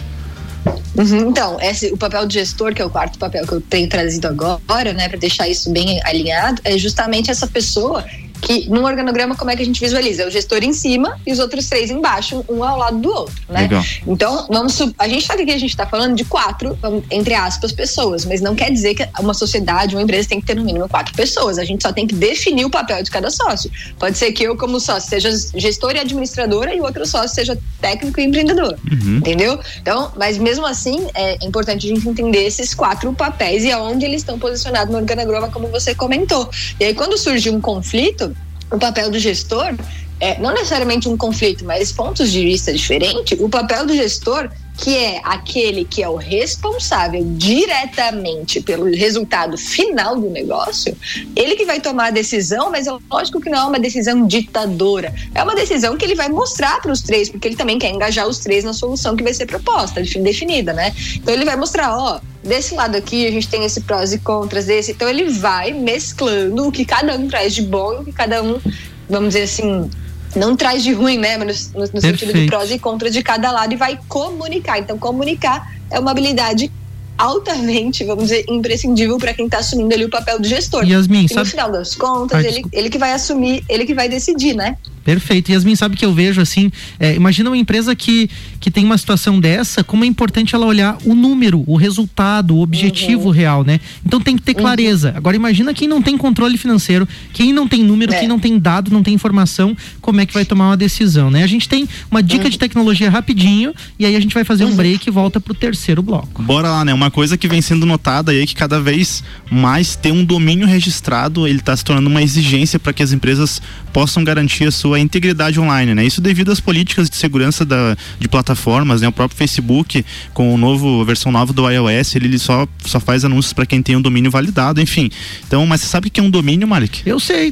Então, o papel de gestor, que é o 4º papel que eu tenho trazido agora, né, para deixar isso bem alinhado, é justamente essa pessoa que, num organograma, como é que a gente visualiza? É o gestor em cima e os outros 3 embaixo, um ao lado do outro, né? Legal. Então, a gente sabe que a gente está falando de 4, entre aspas, pessoas, mas não quer dizer que uma sociedade, uma empresa tem que ter no mínimo 4 pessoas. A gente só tem que definir o papel de cada sócio. Pode ser que eu, como sócio, seja gestor e administradora e o outro sócio seja técnico e empreendedor, entendeu? Então, mas mesmo assim, é importante a gente entender esses 4 papéis e aonde eles estão posicionados no organograma, como você comentou. E aí, quando surge um conflito, o papel do gestor não necessariamente um conflito, mas pontos de vista diferentes. O papel do gestor, que é aquele que é o responsável diretamente pelo resultado final do negócio, ele que vai tomar a decisão, mas é lógico que não é uma decisão ditadora, é uma decisão que ele vai mostrar para os 3, porque ele também quer engajar os 3 na solução que vai ser proposta, definida, né? Então ele vai mostrar, desse lado aqui a gente tem esse prós e contras desse, então ele vai mesclando o que cada um traz de bom e o que cada um, vamos dizer assim, não traz de ruim, né? Mas no sentido de prós e contras de cada lado, e vai comunicar. Então, comunicar é uma habilidade altamente, vamos dizer, imprescindível para quem está assumindo ali o papel do gestor. Yasmin, e no final das contas, ele que vai assumir, ele que vai decidir, né? Perfeito. Yasmin, sabe que eu vejo assim, imagina uma empresa que tem uma situação dessa, como é importante ela olhar o número, o resultado, o objetivo real, né? Então tem que ter clareza. Agora imagina quem não tem controle financeiro, quem não tem número, quem não tem dado, não tem informação, como é que vai tomar uma decisão, né? A gente tem uma dica de tecnologia rapidinho e aí a gente vai fazer um break e volta pro 3º bloco. Bora lá, né? Uma coisa que vem sendo notada aí é que cada vez mais ter um domínio registrado, ele tá se tornando uma exigência para que as empresas possam garantir a sua integridade online, né? Isso devido às políticas de segurança de plataformas, né? O próprio Facebook, com a versão nova do iOS, ele só faz anúncios para quem tem um domínio validado, enfim. Então, mas você sabe o que é um domínio, Malik? Eu sei,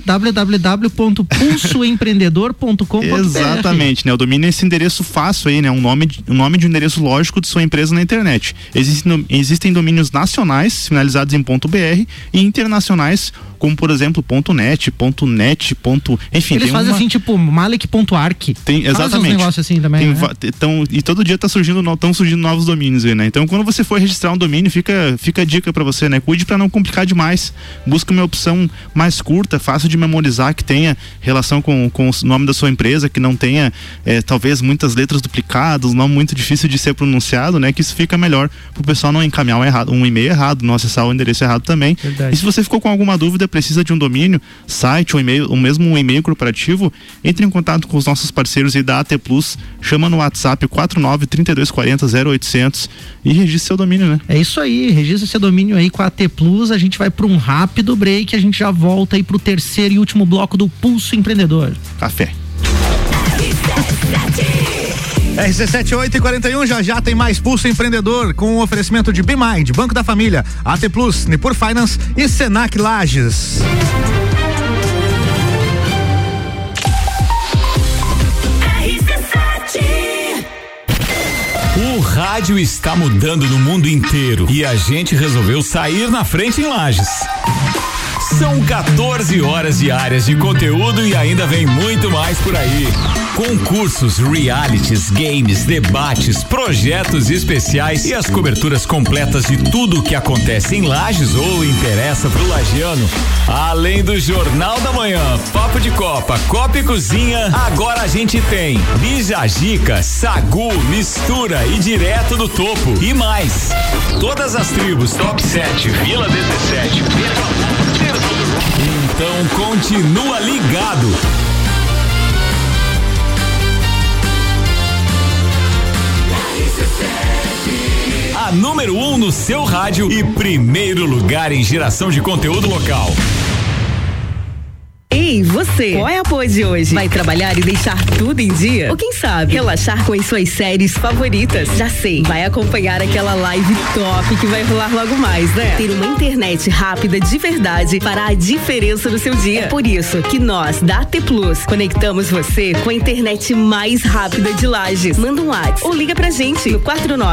www.pulsoempreendedor.com.br. Exatamente, né? O domínio é esse endereço fácil aí, né? Um nome de um endereço lógico de sua empresa na internet. Existem domínios nacionais, finalizados em .br, e internacionais, como por exemplo .net, enfim. Eles fazem assim, tipo Malik.arc. Tem, exatamente. Um negócio assim também, né? E todo dia estão surgindo novos domínios aí, né? Então, quando você for registrar um domínio, fica a dica pra você, né? Cuide pra não complicar demais. Busca uma opção mais curta, fácil de memorizar, que tenha relação com o nome da sua empresa, que não tenha, talvez, muitas letras duplicadas, um nome muito difícil de ser pronunciado, né? Que isso fica melhor pro pessoal não encaminhar um e-mail errado, não acessar o endereço errado também. Verdade. E se você ficou com alguma dúvida, ainda precisa de um domínio, site ou e-mail, ou mesmo um e-mail corporativo, entre em contato com os nossos parceiros aí da AT Plus, chama no WhatsApp 49-3240-0800 e registre seu domínio, né? É isso aí, registre seu domínio aí com a AT Plus. A gente vai para um rápido break, a gente já volta aí pro terceiro e último bloco do Pulso Empreendedor. Café. RC7 8h41, já tem mais Pulso Empreendedor com o oferecimento de BeMind, Banco da Família, AT Plus, Nipur Finance e Senac Lages. O rádio está mudando no mundo inteiro e a gente resolveu sair na frente em Lages. São 14 horas diárias de conteúdo e ainda vem muito mais por aí. Concursos, realities, games, debates, projetos especiais e as coberturas completas de tudo o que acontece em Lages ou interessa pro lagiano. Além do Jornal da Manhã, Papo de Copa, Copa e Cozinha, agora a gente tem Bijagica, Sagu, Mistura e Direto do Topo e mais. Todas as tribos, Top 7, Vila 17, então continua ligado. A número 1 no seu rádio e primeiro lugar em geração de conteúdo local. Ei, você, qual é a pose de hoje? Vai trabalhar e deixar tudo em dia? Ou quem sabe, relaxar com as suas séries favoritas? Já sei, vai acompanhar aquela live top que vai rolar logo mais, né? Ter uma internet rápida de verdade fará a diferença no seu dia. É por isso que nós, da AT Plus, conectamos você com a internet mais rápida de Lages. Manda um WhatsApp ou liga pra gente no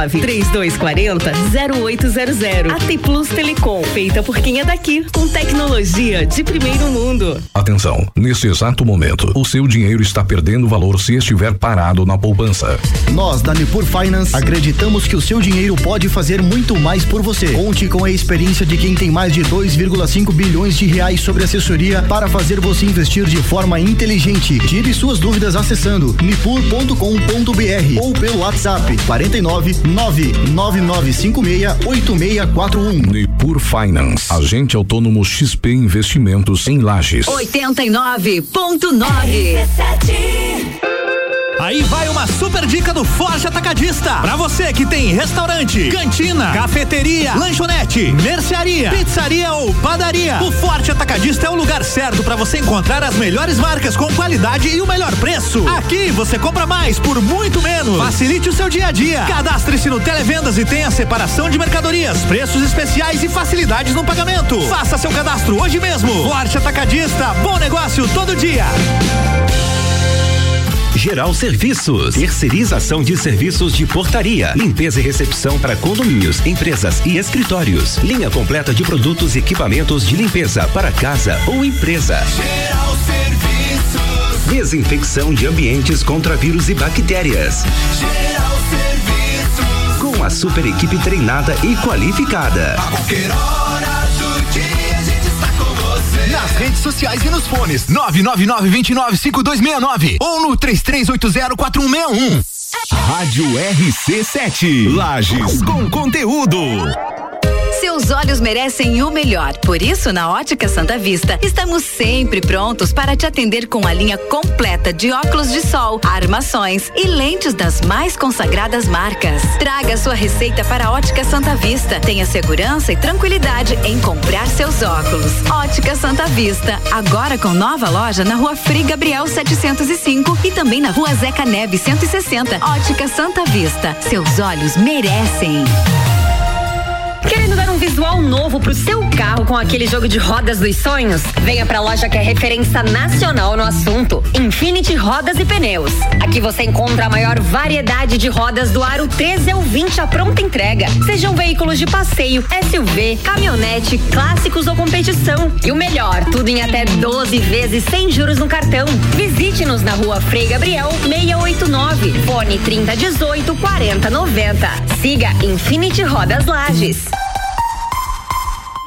49-3240-0800. AT Plus Telecom, feita por quem é daqui, com tecnologia de primeiro mundo. Atenção, nesse exato momento, o seu dinheiro está perdendo valor se estiver parado na poupança. Nós, da Nipur Finance, acreditamos que o seu dinheiro pode fazer muito mais por você. Conte com a experiência de quem tem mais de 2,5 bilhões de reais sobre assessoria para fazer você investir de forma inteligente. Tire suas dúvidas acessando nipur.com.br ou pelo WhatsApp 49999568641. Nipur Finance, agente autônomo XP Investimentos em Lages. 89.9. Aí vai uma super dica do Forte Atacadista. Pra você que tem restaurante, cantina, cafeteria, lanchonete, mercearia, pizzaria ou padaria, o Forte Atacadista é o lugar certo pra você encontrar as melhores marcas com qualidade e o melhor preço. Aqui você compra mais por muito menos. Facilite o seu dia a dia. Cadastre-se no Televendas e tenha separação de mercadorias, preços especiais e facilidades no pagamento. Faça seu cadastro hoje mesmo. Forte Atacadista, bom negócio todo dia. Geral Serviços, terceirização de serviços de portaria, limpeza e recepção para condomínios, empresas e escritórios. Linha completa de produtos e equipamentos de limpeza para casa ou empresa. Geral Serviços, desinfecção de ambientes contra vírus e bactérias. Geral Serviços, com a super equipe treinada e qualificada. A qualquer hora do dia a gente está com você. Nas redes sociais e nos fones 999-295269 ou no 33804161. Rádio RC7 Lages com conteúdo. Seus olhos merecem o melhor. Por isso, na Ótica Santa Vista, estamos sempre prontos para te atender com a linha completa de óculos de sol, armações e lentes das mais consagradas marcas. Traga sua receita para a Ótica Santa Vista. Tenha segurança e tranquilidade em comprar seus óculos. Ótica Santa Vista, agora com nova loja na Rua Frei Gabriel 705 e também na Rua Zeca Neves 160. Ótica Santa Vista, seus olhos merecem. Querendo dar um visual novo pro seu carro com aquele jogo de rodas dos sonhos? Venha pra loja que é referência nacional no assunto, Infinity Rodas e Pneus. Aqui você encontra a maior variedade de rodas do aro 13 ao 20 à pronta entrega. Sejam veículos de passeio, SUV, caminhonete, clássicos ou competição. E o melhor, tudo em até 12 vezes sem juros no cartão. Visite-nos na Rua Frei Gabriel 689, fone 3018 4090. Siga Infinity Rodas Lages.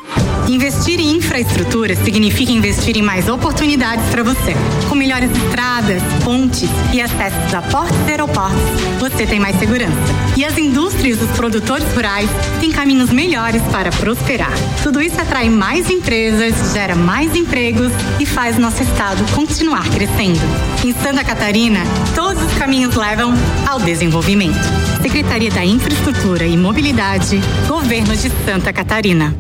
Investir em infraestrutura significa investir em mais oportunidades para você. Com melhores estradas, pontes e acessos a portos e aeroportos, você tem mais segurança. E as indústrias e os produtores rurais têm caminhos melhores para prosperar. Tudo isso atrai mais empresas, gera mais empregos e faz nosso estado continuar crescendo. Em Santa Catarina, todos os caminhos levam ao desenvolvimento. Secretaria da Infraestrutura e Mobilidade, Governo de Santa Catarina.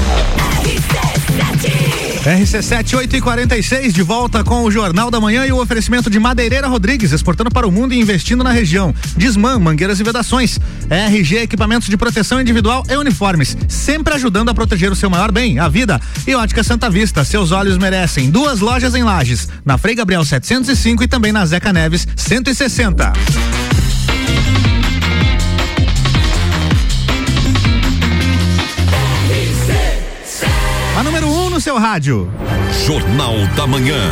RC7 8h46, de volta com o Jornal da Manhã e o oferecimento de Madeireira Rodrigues, exportando para o mundo e investindo na região. Desmã, mangueiras e vedações. RG, equipamentos de proteção individual e uniformes, sempre ajudando a proteger o seu maior bem, a vida. E Ótica Santa Vista, seus olhos merecem. 2 lojas em Lages, na Frei Gabriel 705 e também na Zeca Neves 160. A número 1 no seu rádio. Jornal da Manhã.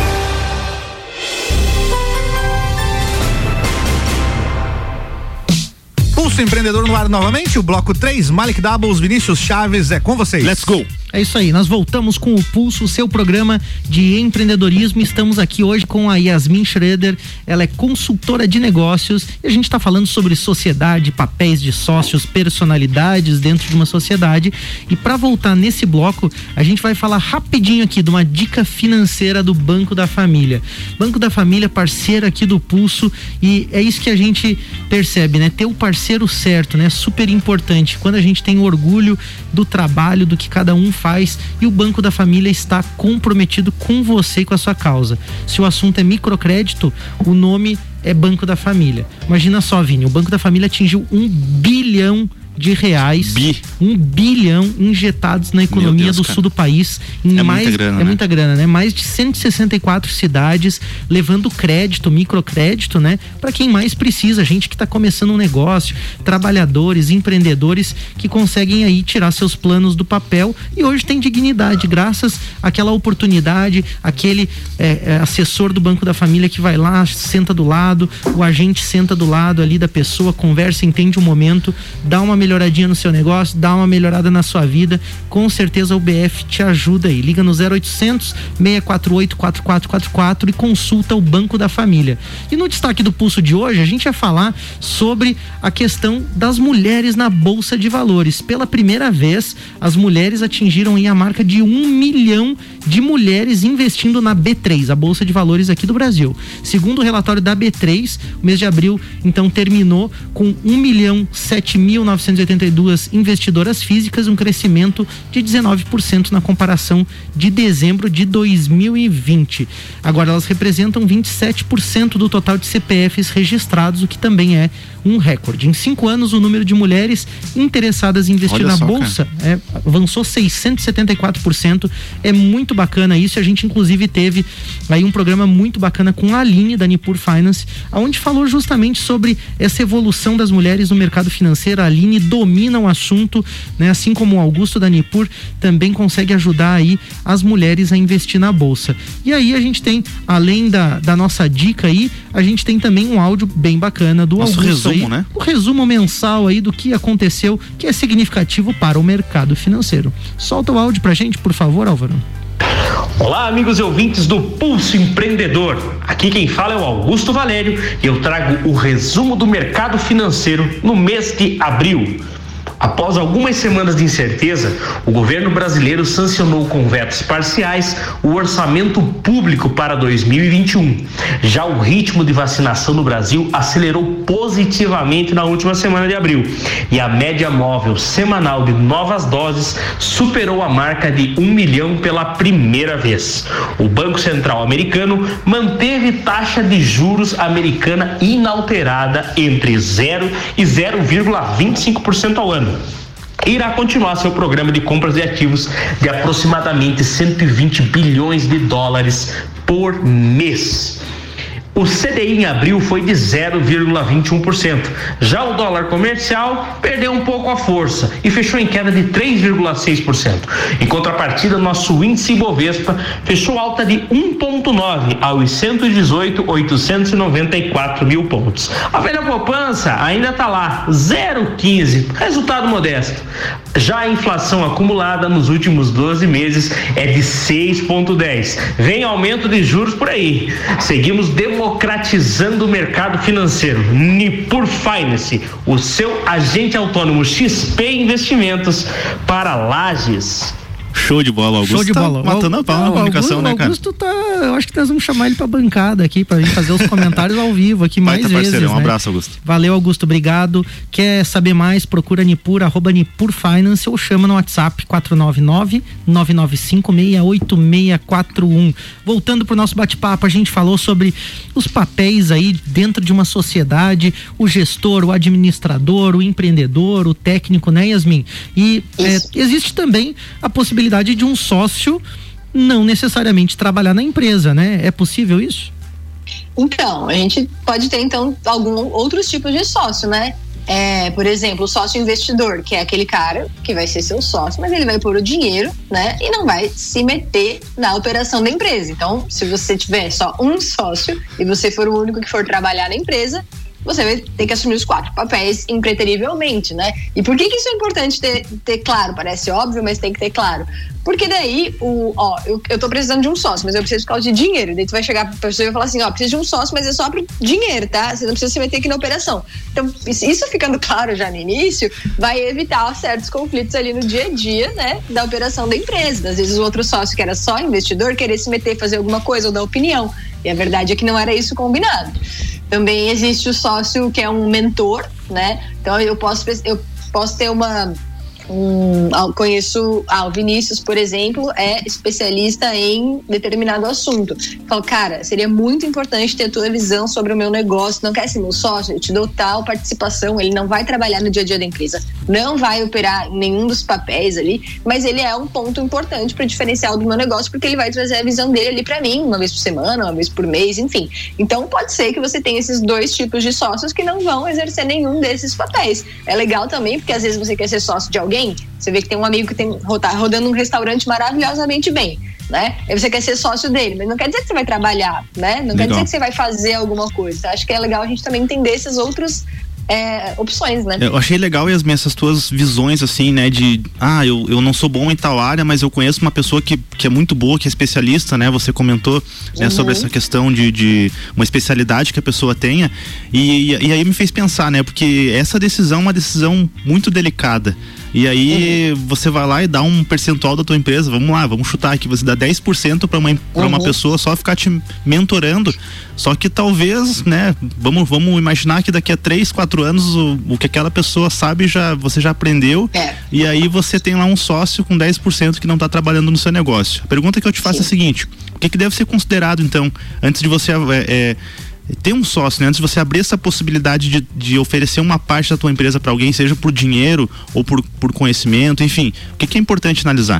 Pulso Empreendedor no ar novamente, o bloco 3, Malik Doubles, Vinícius Chaves, é com vocês. Let's go. É isso aí, nós voltamos com o Pulso, seu programa de empreendedorismo. Estamos aqui hoje com a Yasmin Schroeder, ela é consultora de negócios e a gente está falando sobre sociedade, papéis de sócios, personalidades dentro de uma sociedade. E para voltar nesse bloco, a gente vai falar rapidinho aqui de uma dica financeira do Banco da Família. Banco da Família, parceiro aqui do Pulso, e é isso que a gente percebe, né? Ter o parceiro certo, né? Super importante. Quando a gente tem orgulho do trabalho, do que cada um faz, e o Banco da Família está comprometido com você e com a sua causa. Se o assunto é microcrédito, o nome é Banco da Família. Imagina só, Vini, o Banco da Família atingiu R$1 bilhão de reais, 1 bilhão injetados na economia do sul do país. Muita grana, né? Mais de 164 cidades, levando crédito, microcrédito, né? Para quem mais precisa, gente que está começando um negócio, trabalhadores, empreendedores que conseguem aí tirar seus planos do papel e hoje tem dignidade, graças àquela oportunidade, aquele assessor do Banco da Família que vai lá, senta do lado, o agente senta do lado ali da pessoa, conversa, entende o momento, dá uma melhoradinha no seu negócio, dá uma melhorada na sua vida. Com certeza o BF te ajuda aí. Liga no 0800 648 4444 e consulta o Banco da Família. E no destaque do Pulso de hoje, a gente vai falar sobre a questão das mulheres na Bolsa de Valores. Pela primeira vez, as mulheres atingiram aí a marca de 1 milhão de mulheres investindo na B3, a Bolsa de Valores aqui do Brasil. Segundo o relatório da B3, o mês de abril, então, terminou com 1.007.982 investidoras físicas, um crescimento de 19% na comparação de dezembro de 2020. Agora elas representam 27% do total de CPFs registrados, o que também é um recorde. Em 5 anos, o número de mulheres interessadas em investir na Bolsa avançou 674%. É muito bacana isso. A gente inclusive teve aí um programa muito bacana com a Aline da Nipur Finance, onde falou justamente sobre essa evolução das mulheres no mercado financeiro. A Aline domina o assunto, né? Assim como o Augusto da Nipur também consegue ajudar aí as mulheres a investir na Bolsa. E aí a gente tem, além da nossa dica aí, a gente tem também um áudio bem bacana do Augusto. Resumo, aí, né? O resumo mensal aí do que aconteceu, que é significativo para o mercado financeiro. Solta o áudio pra gente, por favor, Álvaro. Olá, amigos e ouvintes do Pulso Empreendedor. Aqui quem fala é o Augusto Valério e eu trago o resumo do mercado financeiro no mês de abril. Após algumas semanas de incerteza, o governo brasileiro sancionou com vetos parciais o orçamento público para 2021. Já o ritmo de vacinação no Brasil acelerou positivamente na última semana de abril e a média móvel semanal de novas doses superou a marca de 1 milhão pela primeira vez. O Banco Central americano manteve taxa de juros americana inalterada entre 0 e 0,25% ao ano. Irá continuar seu programa de compras de ativos de aproximadamente 120 bilhões de dólares por mês. O CDI em abril foi de 0,21%. Já o dólar comercial perdeu um pouco a força e fechou em queda de 3,6%. Em contrapartida, nosso índice Ibovespa fechou alta de 1,9 aos 118.894 mil pontos. A velha poupança ainda está lá, 0,15, resultado modesto. Já a inflação acumulada nos últimos 12 meses é de 6,10. Vem aumento de juros por aí. Seguimos democratizando o mercado financeiro. Nipur Finance, o seu agente autônomo XP Investimentos para Lages. Show de bola, Augusto. Show de bola. Tá matando a pau na comunicação, né, cara? Augusto eu acho que nós vamos chamar ele pra bancada aqui, pra vir fazer os comentários ao vivo aqui mais vezes, né? Um abraço, Augusto. Valeu, Augusto, obrigado. Quer saber mais? Procura Nipur, @Nipur Finance ou chama no WhatsApp 499-99568641. Voltando pro nosso bate-papo, a gente falou sobre os papéis aí dentro de uma sociedade, o gestor, o administrador, o empreendedor, o técnico, né, Yasmin? E existe também a possibilidade de um sócio não necessariamente trabalhar na empresa, né? É possível isso? Então, a gente pode ter, então, outros tipos de sócio, né? Por exemplo, o sócio investidor, que é aquele cara que vai ser seu sócio, mas ele vai pôr o dinheiro, né? E não vai se meter na operação da empresa. Então, se você tiver só um sócio e você for o único que for trabalhar na empresa, você vai ter que assumir os 4 papéis impreterivelmente, né? E por que isso é importante ter claro? Parece óbvio, mas tem que ter claro. Porque daí, eu tô precisando de um sócio, mas eu preciso de dinheiro. Daí tu vai chegar pra pessoa e vai falar assim, preciso de um sócio, mas é só pro dinheiro, tá? Você não precisa se meter aqui na operação. Então, isso ficando claro já no início, vai evitar certos conflitos ali no dia a dia, né? Da operação da empresa. Às vezes o outro sócio, que era só investidor, querer se meter, fazer alguma coisa ou dar opinião. E a verdade é que não era isso combinado. Também existe o sócio que é um mentor, né? Então eu posso ter conheço o Vinícius, por exemplo, é especialista em determinado assunto. Falo, cara, seria muito importante ter a tua visão sobre o meu negócio. Não quer ser meu sócio? Eu te dou tal participação. Ele não vai trabalhar no dia a dia da empresa, não vai operar em nenhum dos papéis ali, mas ele é um ponto importante para diferencial do meu negócio, porque ele vai trazer a visão dele ali para mim, uma vez por semana, uma vez por mês, enfim. Então pode ser que você tenha esses 2 tipos de sócios que não vão exercer nenhum desses papéis. É legal também, porque às vezes você quer ser sócio de alguém, você vê que tem um amigo que tá rodando um restaurante maravilhosamente bem, né? Aí você quer ser sócio dele, mas não quer dizer que você vai trabalhar, né? Não quer dizer que você vai fazer alguma coisa. Então, acho que é legal a gente também entender esses outros opções, né? Eu achei legal, Yasmin, essas tuas visões, assim, né? Eu não sou bom em tal área, mas eu conheço uma pessoa que é muito boa, que é especialista, né? Você comentou, né, sobre essa questão de uma especialidade que a pessoa tenha, e aí me fez pensar, né? Porque essa decisão é uma decisão muito delicada. E aí você vai lá e dá um percentual da tua empresa, vamos chutar aqui, você dá 10% para uma pessoa só ficar te mentorando, só que talvez, né, vamos imaginar que daqui a 3-4 anos o que aquela pessoa sabe, você já aprendeu, e aí você tem lá um sócio com 10% que não está trabalhando no seu negócio. A pergunta que eu te faço é a seguinte: o que deve ser considerado, então, antes de você ter um sócio, né? Antes de você abrir essa possibilidade de oferecer uma parte da tua empresa para alguém, seja por dinheiro ou por conhecimento, enfim, o que é importante analisar?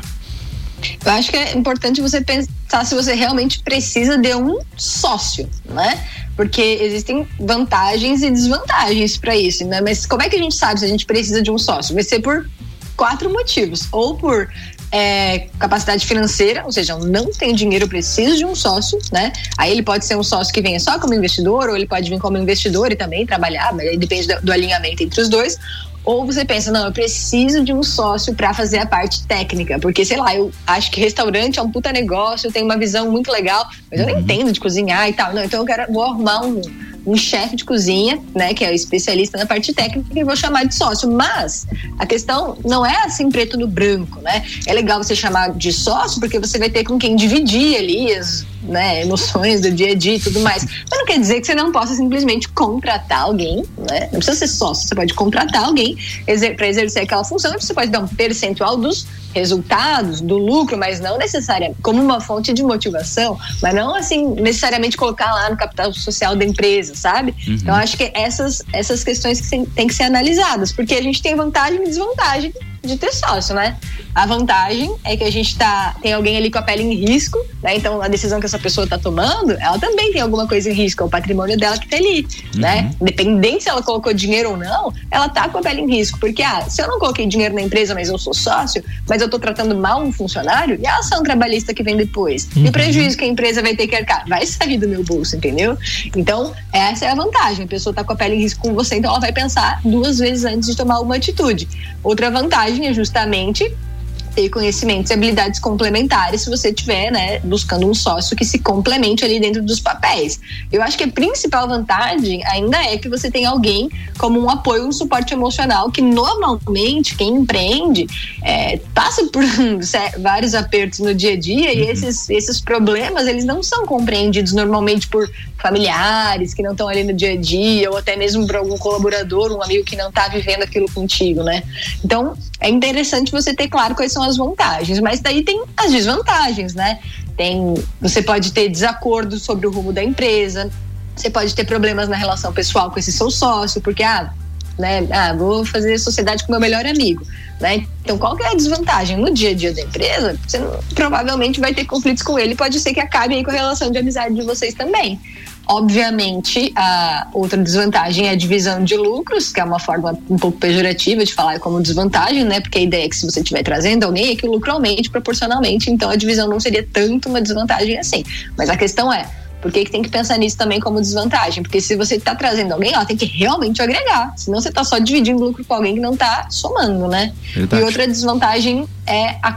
Eu acho que é importante você pensar se você realmente precisa de um sócio, né? Porque existem vantagens e desvantagens para isso, né? Mas como é que a gente sabe se a gente precisa de um sócio? Vai ser por 4 motivos. Ou por capacidade financeira, ou seja, eu não tenho dinheiro, eu preciso de um sócio, né? Aí ele pode ser um sócio que venha só como investidor, ou ele pode vir como investidor e também trabalhar, mas aí depende do alinhamento entre os dois. Ou você pensa, não, eu preciso de um sócio para fazer a parte técnica, porque, sei lá, eu acho que restaurante é um puta negócio, eu tenho uma visão muito legal, mas eu não entendo de cozinhar e tal. Não, então vou arrumar um chefe de cozinha, né, que é o especialista na parte técnica, que eu vou chamar de sócio. Mas a questão não é assim preto no branco, né? É legal você chamar de sócio porque você vai ter com quem dividir ali as, né, emoções do dia a dia e tudo mais. Mas não quer dizer que você não possa simplesmente contratar alguém, né? Não precisa ser sócio, você pode contratar alguém para exercer aquela função, você pode dar um percentual dos resultados, do lucro, mas não necessariamente como uma fonte de motivação, mas não assim necessariamente colocar lá no capital social da empresa, sabe? Então acho que essas questões que tem que ser analisadas, porque a gente tem vantagem e desvantagem de ter sócio, né? A vantagem é que a gente tem alguém ali com a pele em risco, né? Então a decisão que essa pessoa tá tomando, ela também tem alguma coisa em risco, é o patrimônio dela que tá ali, né? Independente se ela colocou dinheiro ou não, ela tá com a pele em risco, porque se eu não coloquei dinheiro na empresa, mas eu sou sócio, mas eu tô tratando mal um funcionário, e a ação trabalhista que vem depois? E o prejuízo que a empresa vai ter que arcar? Vai sair do meu bolso, entendeu? Então, essa é a vantagem. A pessoa tá com a pele em risco com você, então ela vai pensar 2 vezes antes de tomar uma atitude. Outra vantagem é justamente ter conhecimentos e habilidades complementares se você estiver, né, buscando um sócio que se complemente ali dentro dos papéis. Eu acho que a principal vantagem ainda é que você tem alguém como um apoio, um suporte emocional, que normalmente quem empreende passa por vários apertos no dia a dia, e esses problemas, eles não são compreendidos normalmente por familiares que não estão ali no dia a dia, ou até mesmo por algum colaborador, um amigo que não está vivendo aquilo contigo, né? Então, é interessante você ter claro quais são as vantagens, mas daí tem as desvantagens, né? Você pode ter desacordo sobre o rumo da empresa, você pode ter problemas na relação pessoal com esse seu sócio, porque, vou fazer sociedade com meu melhor amigo, né? Então, qual que é a desvantagem? No dia a dia da empresa, você provavelmente vai ter conflitos com ele, pode ser que acabe aí com a relação de amizade de vocês também. Obviamente, a outra desvantagem é a divisão de lucros, que é uma forma um pouco pejorativa de falar como desvantagem, né? Porque a ideia é que se você estiver trazendo alguém, é que o lucro aumente proporcionalmente, então a divisão não seria tanto uma desvantagem assim. Mas a questão é, por que tem que pensar nisso também como desvantagem? Porque se você está trazendo alguém, tem que realmente agregar, senão você está só dividindo lucro com alguém que não está somando, né? Verdade. E outra desvantagem é a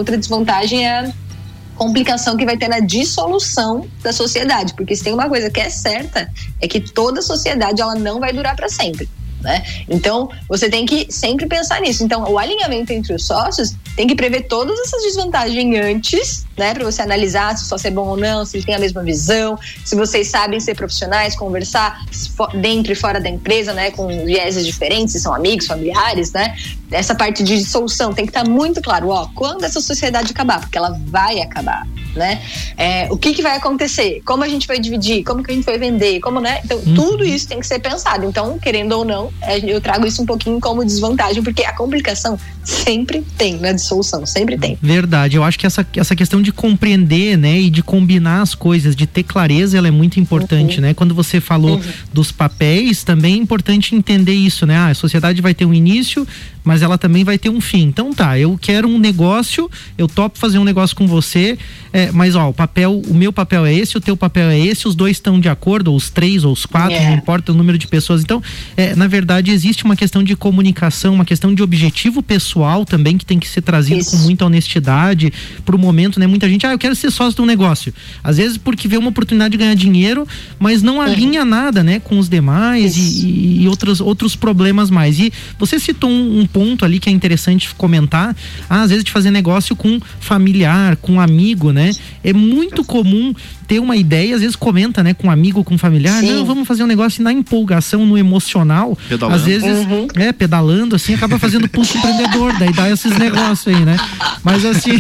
complicação que vai ter na dissolução da sociedade, porque se tem uma coisa que é certa, é que toda sociedade ela não vai durar para sempre, né? Então você tem que sempre pensar nisso. Então o alinhamento entre os sócios tem que prever todas essas desvantagens antes, né, para você analisar se o sócio é bom ou não, se ele tem a mesma visão, se vocês sabem ser profissionais, conversar dentro e fora da empresa, né, com vieses diferentes, se são amigos, familiares, né? Essa parte de dissolução tem que estar muito claro, quando essa sociedade acabar, porque ela vai acabar, né? O que vai acontecer? Como a gente vai dividir? Como que a gente vai vender? Como, né? Então, tudo isso tem que ser pensado. Então, querendo ou não, eu trago isso um pouquinho como desvantagem, porque a complicação sempre tem na dissolução, sempre tem. Verdade, eu acho que essa questão de compreender, né, e de combinar as coisas, de ter clareza, ela é muito importante, né? Quando você falou dos papéis, também é importante entender isso, né? A sociedade vai ter um início, mas ela também vai ter um fim. Então eu quero um negócio, eu topo fazer um negócio com você, mas o meu papel é esse, o teu papel é esse, os dois estão de acordo, ou os 3, ou os 4, não importa o número de pessoas. Então, na verdade, existe uma questão de comunicação, uma questão de objetivo pessoal também, que tem que ser trazido com muita honestidade pro momento, né? Muita gente, eu quero ser sócio de um negócio. Às vezes porque vê uma oportunidade de ganhar dinheiro, mas não alinha nada, né, com os demais e outros problemas mais. E você citou um ponto ali que é interessante comentar, às vezes de fazer negócio com familiar, com amigo, né? É muito comum ter uma ideia, às vezes comenta, né, com um amigo, com um familiar, não, vamos fazer um negócio na empolgação, no emocional, pedalando. Às vezes, pedalando, assim, acaba fazendo pulso empreendedor, daí dá esses negócios aí, né? Mas assim,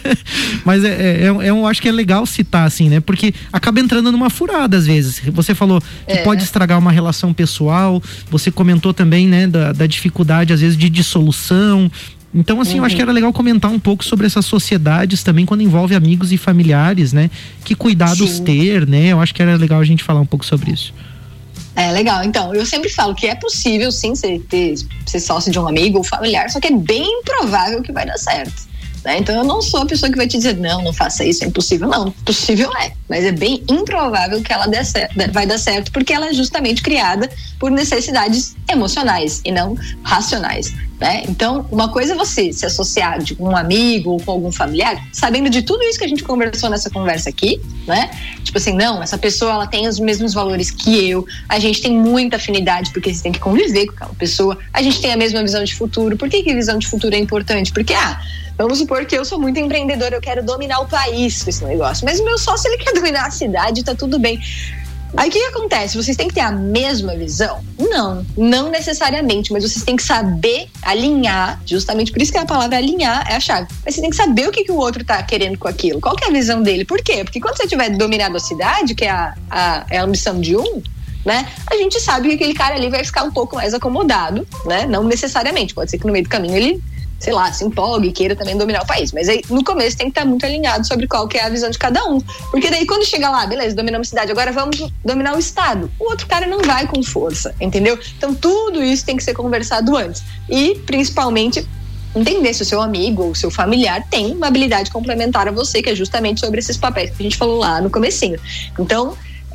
eu acho que é legal citar, assim, né? Porque acaba entrando numa furada, às vezes. Você falou que pode estragar uma relação pessoal, você comentou também, né, da dificuldade, às vezes, de dissolução. Então, assim, eu acho que era legal comentar um pouco sobre essas sociedades também, quando envolve amigos e familiares, né? Que cuidados ter, né? Eu acho que era legal a gente falar um pouco sobre isso. Legal. Então, eu sempre falo que é possível, sim, ser sócio de um amigo ou familiar, só que é bem improvável que vai dar certo. Né? Então eu não sou a pessoa que vai te dizer não faça isso, é impossível. Não, possível mas é bem improvável que ela vai dar certo, porque ela é justamente criada por necessidades emocionais e não racionais, né? Então uma coisa é você se associar com um amigo ou com algum familiar, sabendo de tudo isso que a gente conversou nessa conversa aqui, né? Tipo assim, não, essa pessoa ela tem os mesmos valores que eu, a gente tem muita afinidade, porque você tem que conviver com aquela pessoa, a gente tem a mesma visão de futuro. Por que visão de futuro é importante? Porque vamos supor que eu sou muito empreendedora, eu quero dominar o país com esse negócio, mas o meu sócio, ele quer dominar a cidade, tá tudo bem. Aí o que acontece? Vocês têm que ter a mesma visão? Não necessariamente, mas vocês têm que saber alinhar, justamente por isso que a palavra alinhar é a chave. Mas você tem que saber o que o outro tá querendo com aquilo, qual que é a visão dele. Por quê? Porque quando você tiver dominado a cidade, que é a ambição de um, né? A gente sabe que aquele cara ali vai ficar um pouco mais acomodado, né? Não necessariamente, pode ser que no meio do caminho ele sei lá, se empolgue e queira também dominar o país. Mas aí, no começo, tem que estar muito alinhado sobre qual que é a visão de cada um. Porque daí, quando chega lá, beleza, dominamos a cidade, agora vamos dominar o estado. O outro cara não vai com força, entendeu? Então, tudo isso tem que ser conversado antes. E, principalmente, entender se o seu amigo ou o seu familiar tem uma habilidade complementar a você, que é justamente sobre esses papéis que a gente falou lá no comecinho. Então,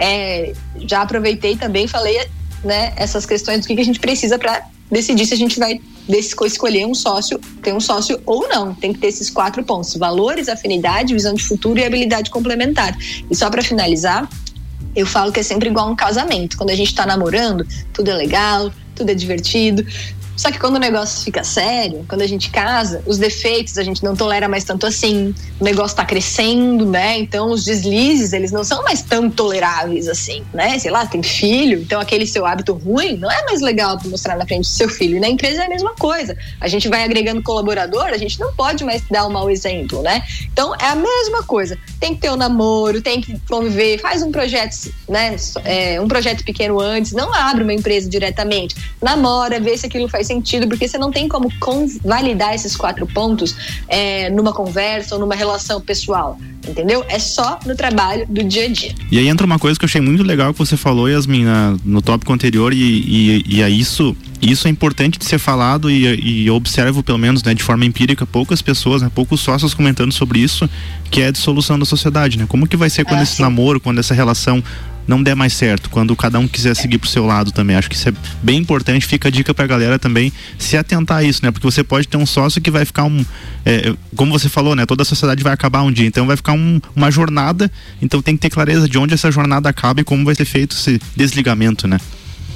já aproveitei também, falei, né, essas questões do que a gente precisa para decidir se a gente vai escolher um sócio, ter um sócio ou não. Tem que ter esses 4 pontos: valores, afinidade, visão de futuro e habilidade complementar. E só para finalizar, eu falo que é sempre igual um casamento. Quando a gente tá namorando, tudo é legal, tudo é divertido. Só que quando o negócio fica sério, quando a gente casa, os defeitos a gente não tolera mais tanto assim, o negócio tá crescendo, né? Então os deslizes, eles não são mais tão toleráveis assim, né? Sei lá, tem filho, então aquele seu hábito ruim não é mais legal pra mostrar na frente do seu filho. E na empresa é a mesma coisa. A gente vai agregando colaborador, a gente não pode mais dar um mau exemplo, né? Então é a mesma coisa. Tem que ter um namoro, tem que conviver, faz um projeto, né? Um projeto pequeno antes, não abre uma empresa diretamente. Namora, vê se aquilo faz sentido, porque você não tem como validar esses 4 pontos numa conversa ou numa relação pessoal, entendeu? É só no trabalho do dia a dia. E aí entra uma coisa que eu achei muito legal que você falou, Yasmin, no tópico anterior, e é isso é importante de ser falado, e eu observo, pelo menos, né, de forma empírica, poucas pessoas, né, poucos sócios comentando sobre isso, que é a dissolução da sociedade, né? Como que vai ser quando esse namoro, quando essa relação não der mais certo, quando cada um quiser seguir pro seu lado também. Acho que isso é bem importante, fica a dica pra galera também se atentar a isso, né? Porque você pode ter um sócio que vai ficar como você falou, né? Toda a sociedade vai acabar um dia, então vai ficar uma jornada, então tem que ter clareza de onde essa jornada acaba e como vai ser feito esse desligamento, né?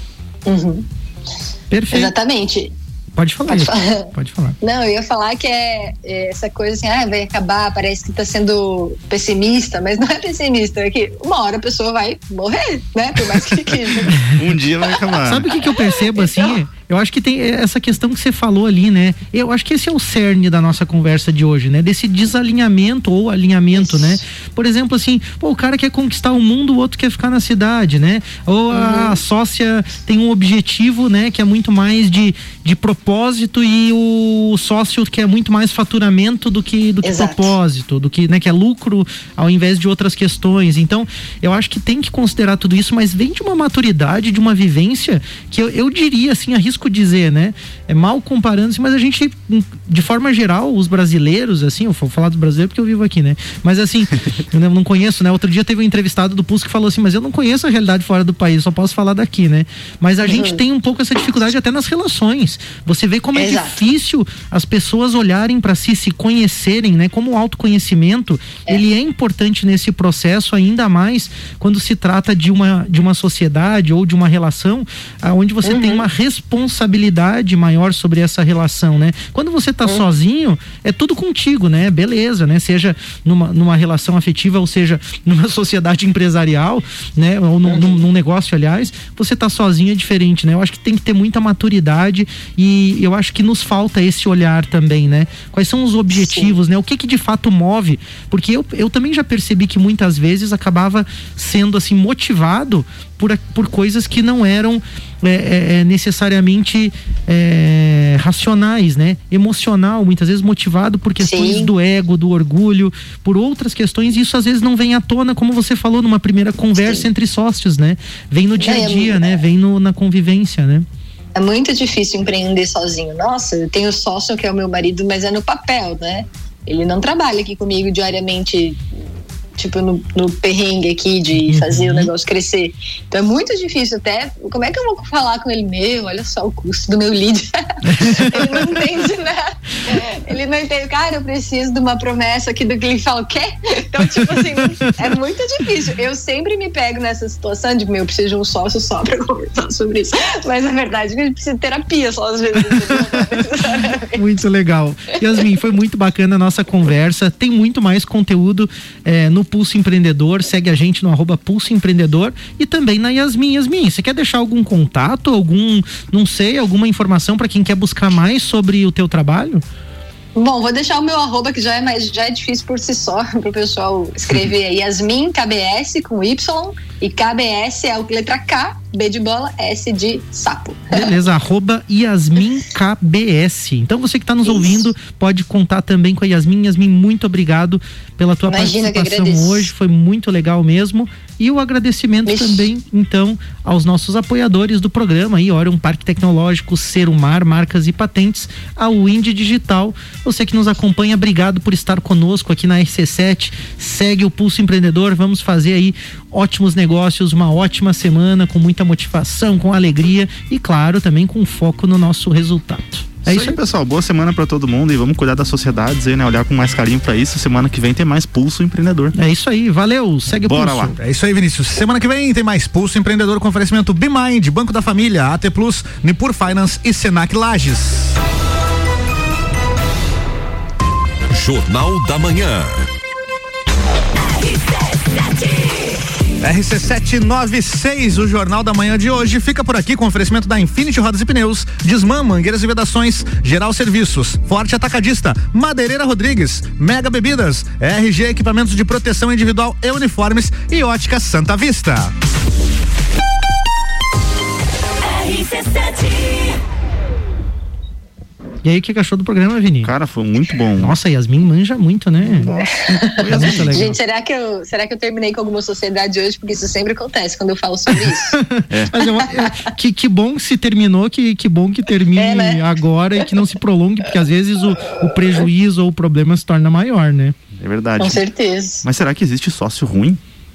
Uhum. Perfeito. Exatamente. Pode falar. Pode falar. Não, eu ia falar que é essa coisa assim, vai acabar, parece que tá sendo pessimista, mas não é pessimista, é que uma hora a pessoa vai morrer, né? Por mais que queira. Um dia vai acabar. Sabe o que eu percebo assim? Eu acho que tem essa questão que você falou ali, né? Eu acho que esse é o cerne da nossa conversa de hoje, né? Desse desalinhamento ou alinhamento, né? Por exemplo, assim, o cara quer conquistar o mundo, o outro quer ficar na cidade, né? Ou a sócia tem um objetivo, né? Que é muito mais de propósito, e o sócio quer muito mais faturamento do que propósito, do que, né? Que é lucro ao invés de outras questões. Então, eu acho que tem que considerar tudo isso, mas vem de uma maturidade, de uma vivência que eu diria, assim, arrisco dizer, né? É mal comparando-se, mas a gente, de forma geral, os brasileiros, assim, eu vou falar dos brasileiros porque eu vivo aqui, né? Mas assim, eu não conheço, né? Outro dia teve um entrevistado do PUS que falou assim, mas eu não conheço a realidade fora do país, só posso falar daqui, né? Mas a gente tem um pouco essa dificuldade até nas relações. Você vê como é difícil as pessoas olharem para si, se conhecerem, né? Como o autoconhecimento, ele é importante nesse processo, ainda mais quando se trata de uma sociedade ou de uma relação onde você tem uma responsabilidade maior sobre essa relação, né? Quando você tá sozinho, é tudo contigo, né? Beleza, né? Seja numa relação afetiva, ou seja, numa sociedade empresarial, né? Ou num negócio, aliás, você tá sozinho é diferente, né? Eu acho que tem que ter muita maturidade, e eu acho que nos falta esse olhar também, né? Quais são os objetivos, né? O que de fato move? Porque eu também já percebi que muitas vezes acabava sendo, assim, motivado por coisas que não eram necessariamente racionais, né? Emocional, muitas vezes motivado por questões do ego, do orgulho, por outras questões, e isso às vezes não vem à tona, como você falou, numa primeira conversa entre sócios, né? Vem no dia a dia, né? Vem na convivência, né? É muito difícil empreender sozinho. Nossa, eu tenho sócio que é o meu marido, mas é no papel, né? Ele não trabalha aqui comigo diariamente, tipo, no perrengue aqui de fazer o negócio crescer. Então é muito difícil até. Como é que eu vou falar com ele? Olha só o custo do meu lead. Ele não entende, né? Ele não entende. Cara, eu preciso de uma promessa aqui do que ele fala, o quê? Então, tipo assim, é muito difícil. Eu sempre me pego nessa situação de, eu preciso de um sócio só pra conversar sobre isso. Mas na verdade, a gente precisa de terapia só às vezes. Muito legal. Yasmin, foi muito bacana a nossa conversa. Tem muito mais conteúdo no Pulso Empreendedor. Segue a gente no @Pulso Empreendedor e também na Yasmin. Yasmin, você quer deixar algum contato, alguma informação para quem quer buscar mais sobre o teu trabalho? Bom, vou deixar o meu @ que já é difícil por si só, pro pessoal escrever aí, Yasmin KBS com Y, E KBS é a letra K, B de bola, S de sapo. Beleza, @YasminKBS. Então você que está nos ouvindo pode contar também com a Yasmin. Yasmin, muito obrigado pela tua participação hoje, foi muito legal mesmo. E o agradecimento também, então, aos nossos apoiadores do programa aí, Orion Parque Tecnológico, Serumar, Marcas e Patentes, a Wind Digital. Você que nos acompanha, obrigado por estar conosco aqui na RC7. Segue o Pulso Empreendedor, vamos fazer aí ótimos negócios, uma ótima semana, com muita motivação, com alegria e, claro, também com foco no nosso resultado. É isso aí, pessoal. Boa semana pra todo mundo e vamos cuidar das sociedades aí, né? Olhar com mais carinho pra isso. Semana que vem tem mais Pulso Empreendedor. É isso aí, valeu. Segue o Bora Pulso. lá. É isso aí, Vinícius. Semana que vem tem mais Pulso Empreendedor com oferecimento BeMind, Banco da Família, AT Plus, Nipur Finance e Senac Lages. Jornal da Manhã. RC796, o Jornal da Manhã de hoje fica por aqui com oferecimento da Infinity Rodas e Pneus, Desmã, Mangueiras e Vedações, Geral Serviços, Forte Atacadista, Madeireira Rodrigues, Mega Bebidas, RG Equipamentos de Proteção Individual e Uniformes e Ótica Santa Vista. E aí, o que achou do programa, Vini? Cara, foi muito bom. Nossa, Yasmin manja muito, né? Nossa, muito legal. Gente, será que eu terminei com alguma sociedade hoje? Porque isso sempre acontece quando eu falo sobre isso. Mas que bom que se terminou, que bom que termine né? agora e que não se prolongue, porque às vezes o prejuízo ou o problema se torna maior, né? É verdade. Com certeza. Mas será que existe sócio ruim?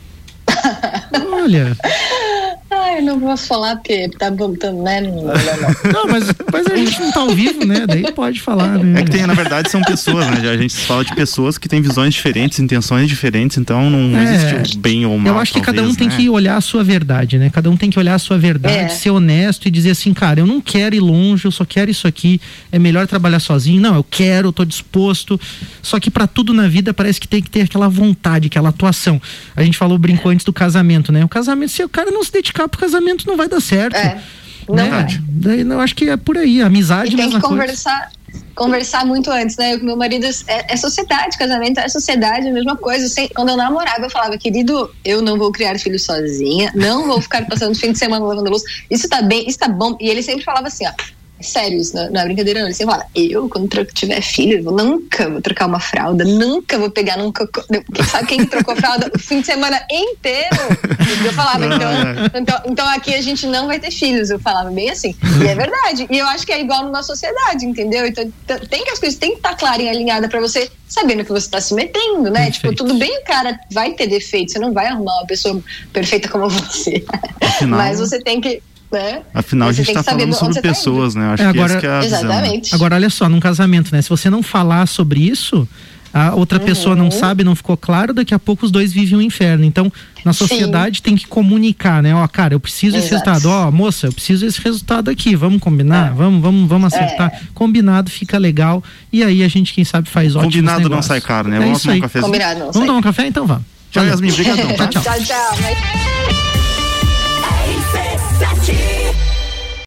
Olha... eu não vou falar porque tá bom, né? Não, mas a gente não tá ao vivo, né? Daí pode falar, né? É que tem, na verdade, são pessoas, né? A gente fala de pessoas que têm visões diferentes, intenções diferentes, então não existe o bem ou o mal. Eu acho que talvez, cada um tem né? que olhar a sua verdade, né? Cada um tem que olhar a sua verdade, ser honesto e dizer assim, cara, eu não quero ir longe, eu só quero isso aqui, é melhor trabalhar sozinho. Não, eu quero, eu tô disposto. Só que pra tudo na vida parece que tem que ter aquela vontade, aquela atuação. A gente brincou antes do casamento, né? O casamento, se o cara não se dedicar pro casamento, não vai dar certo. Não vai. Daí eu acho que é por aí, a amizade. E tem que conversar muito antes, né? O meu marido é sociedade, casamento é sociedade, a mesma coisa. Quando eu namorava, eu falava, querido, eu não vou criar filho sozinha, não vou ficar passando fim de semana lavando louça, isso tá bem, isso tá bom. E ele sempre falava assim, ó, sério, isso não é brincadeira não, ele sempre fala, eu quando tiver filho, eu nunca vou trocar uma fralda, nunca vou pegar sabe quem trocou fralda o fim de semana inteiro? Eu falava, então aqui a gente não vai ter filhos, eu falava bem assim, e é verdade, e eu acho que é igual numa sociedade, entendeu? Então as coisas tem que estar claras e alinhadas pra você, sabendo que você tá se metendo, né? Perfeito. Tipo, tudo bem, o cara vai ter defeito, você não vai arrumar uma pessoa perfeita como você, mas você tem que... né? Afinal, a gente tá falando sobre pessoas, né? Acho que essa que é a visão. Exatamente. Agora, olha só, num casamento, né? Se você não falar sobre isso, a outra pessoa não sabe, não ficou claro, daqui a pouco os dois vivem um inferno. Então, na sociedade tem que comunicar, né? Ó, cara, eu preciso desse resultado. Ó, moça, eu preciso desse resultado aqui. Vamos combinar? Vamos acertar. Combinado, fica legal. E aí a gente, quem sabe, faz ótimos negócios. Combinado não sai caro, né? Vamos tomar um café. Combinado não sai. Vamos tomar um café? Então vamos. Tchau, Yasmin. Obrigadão. Tchau.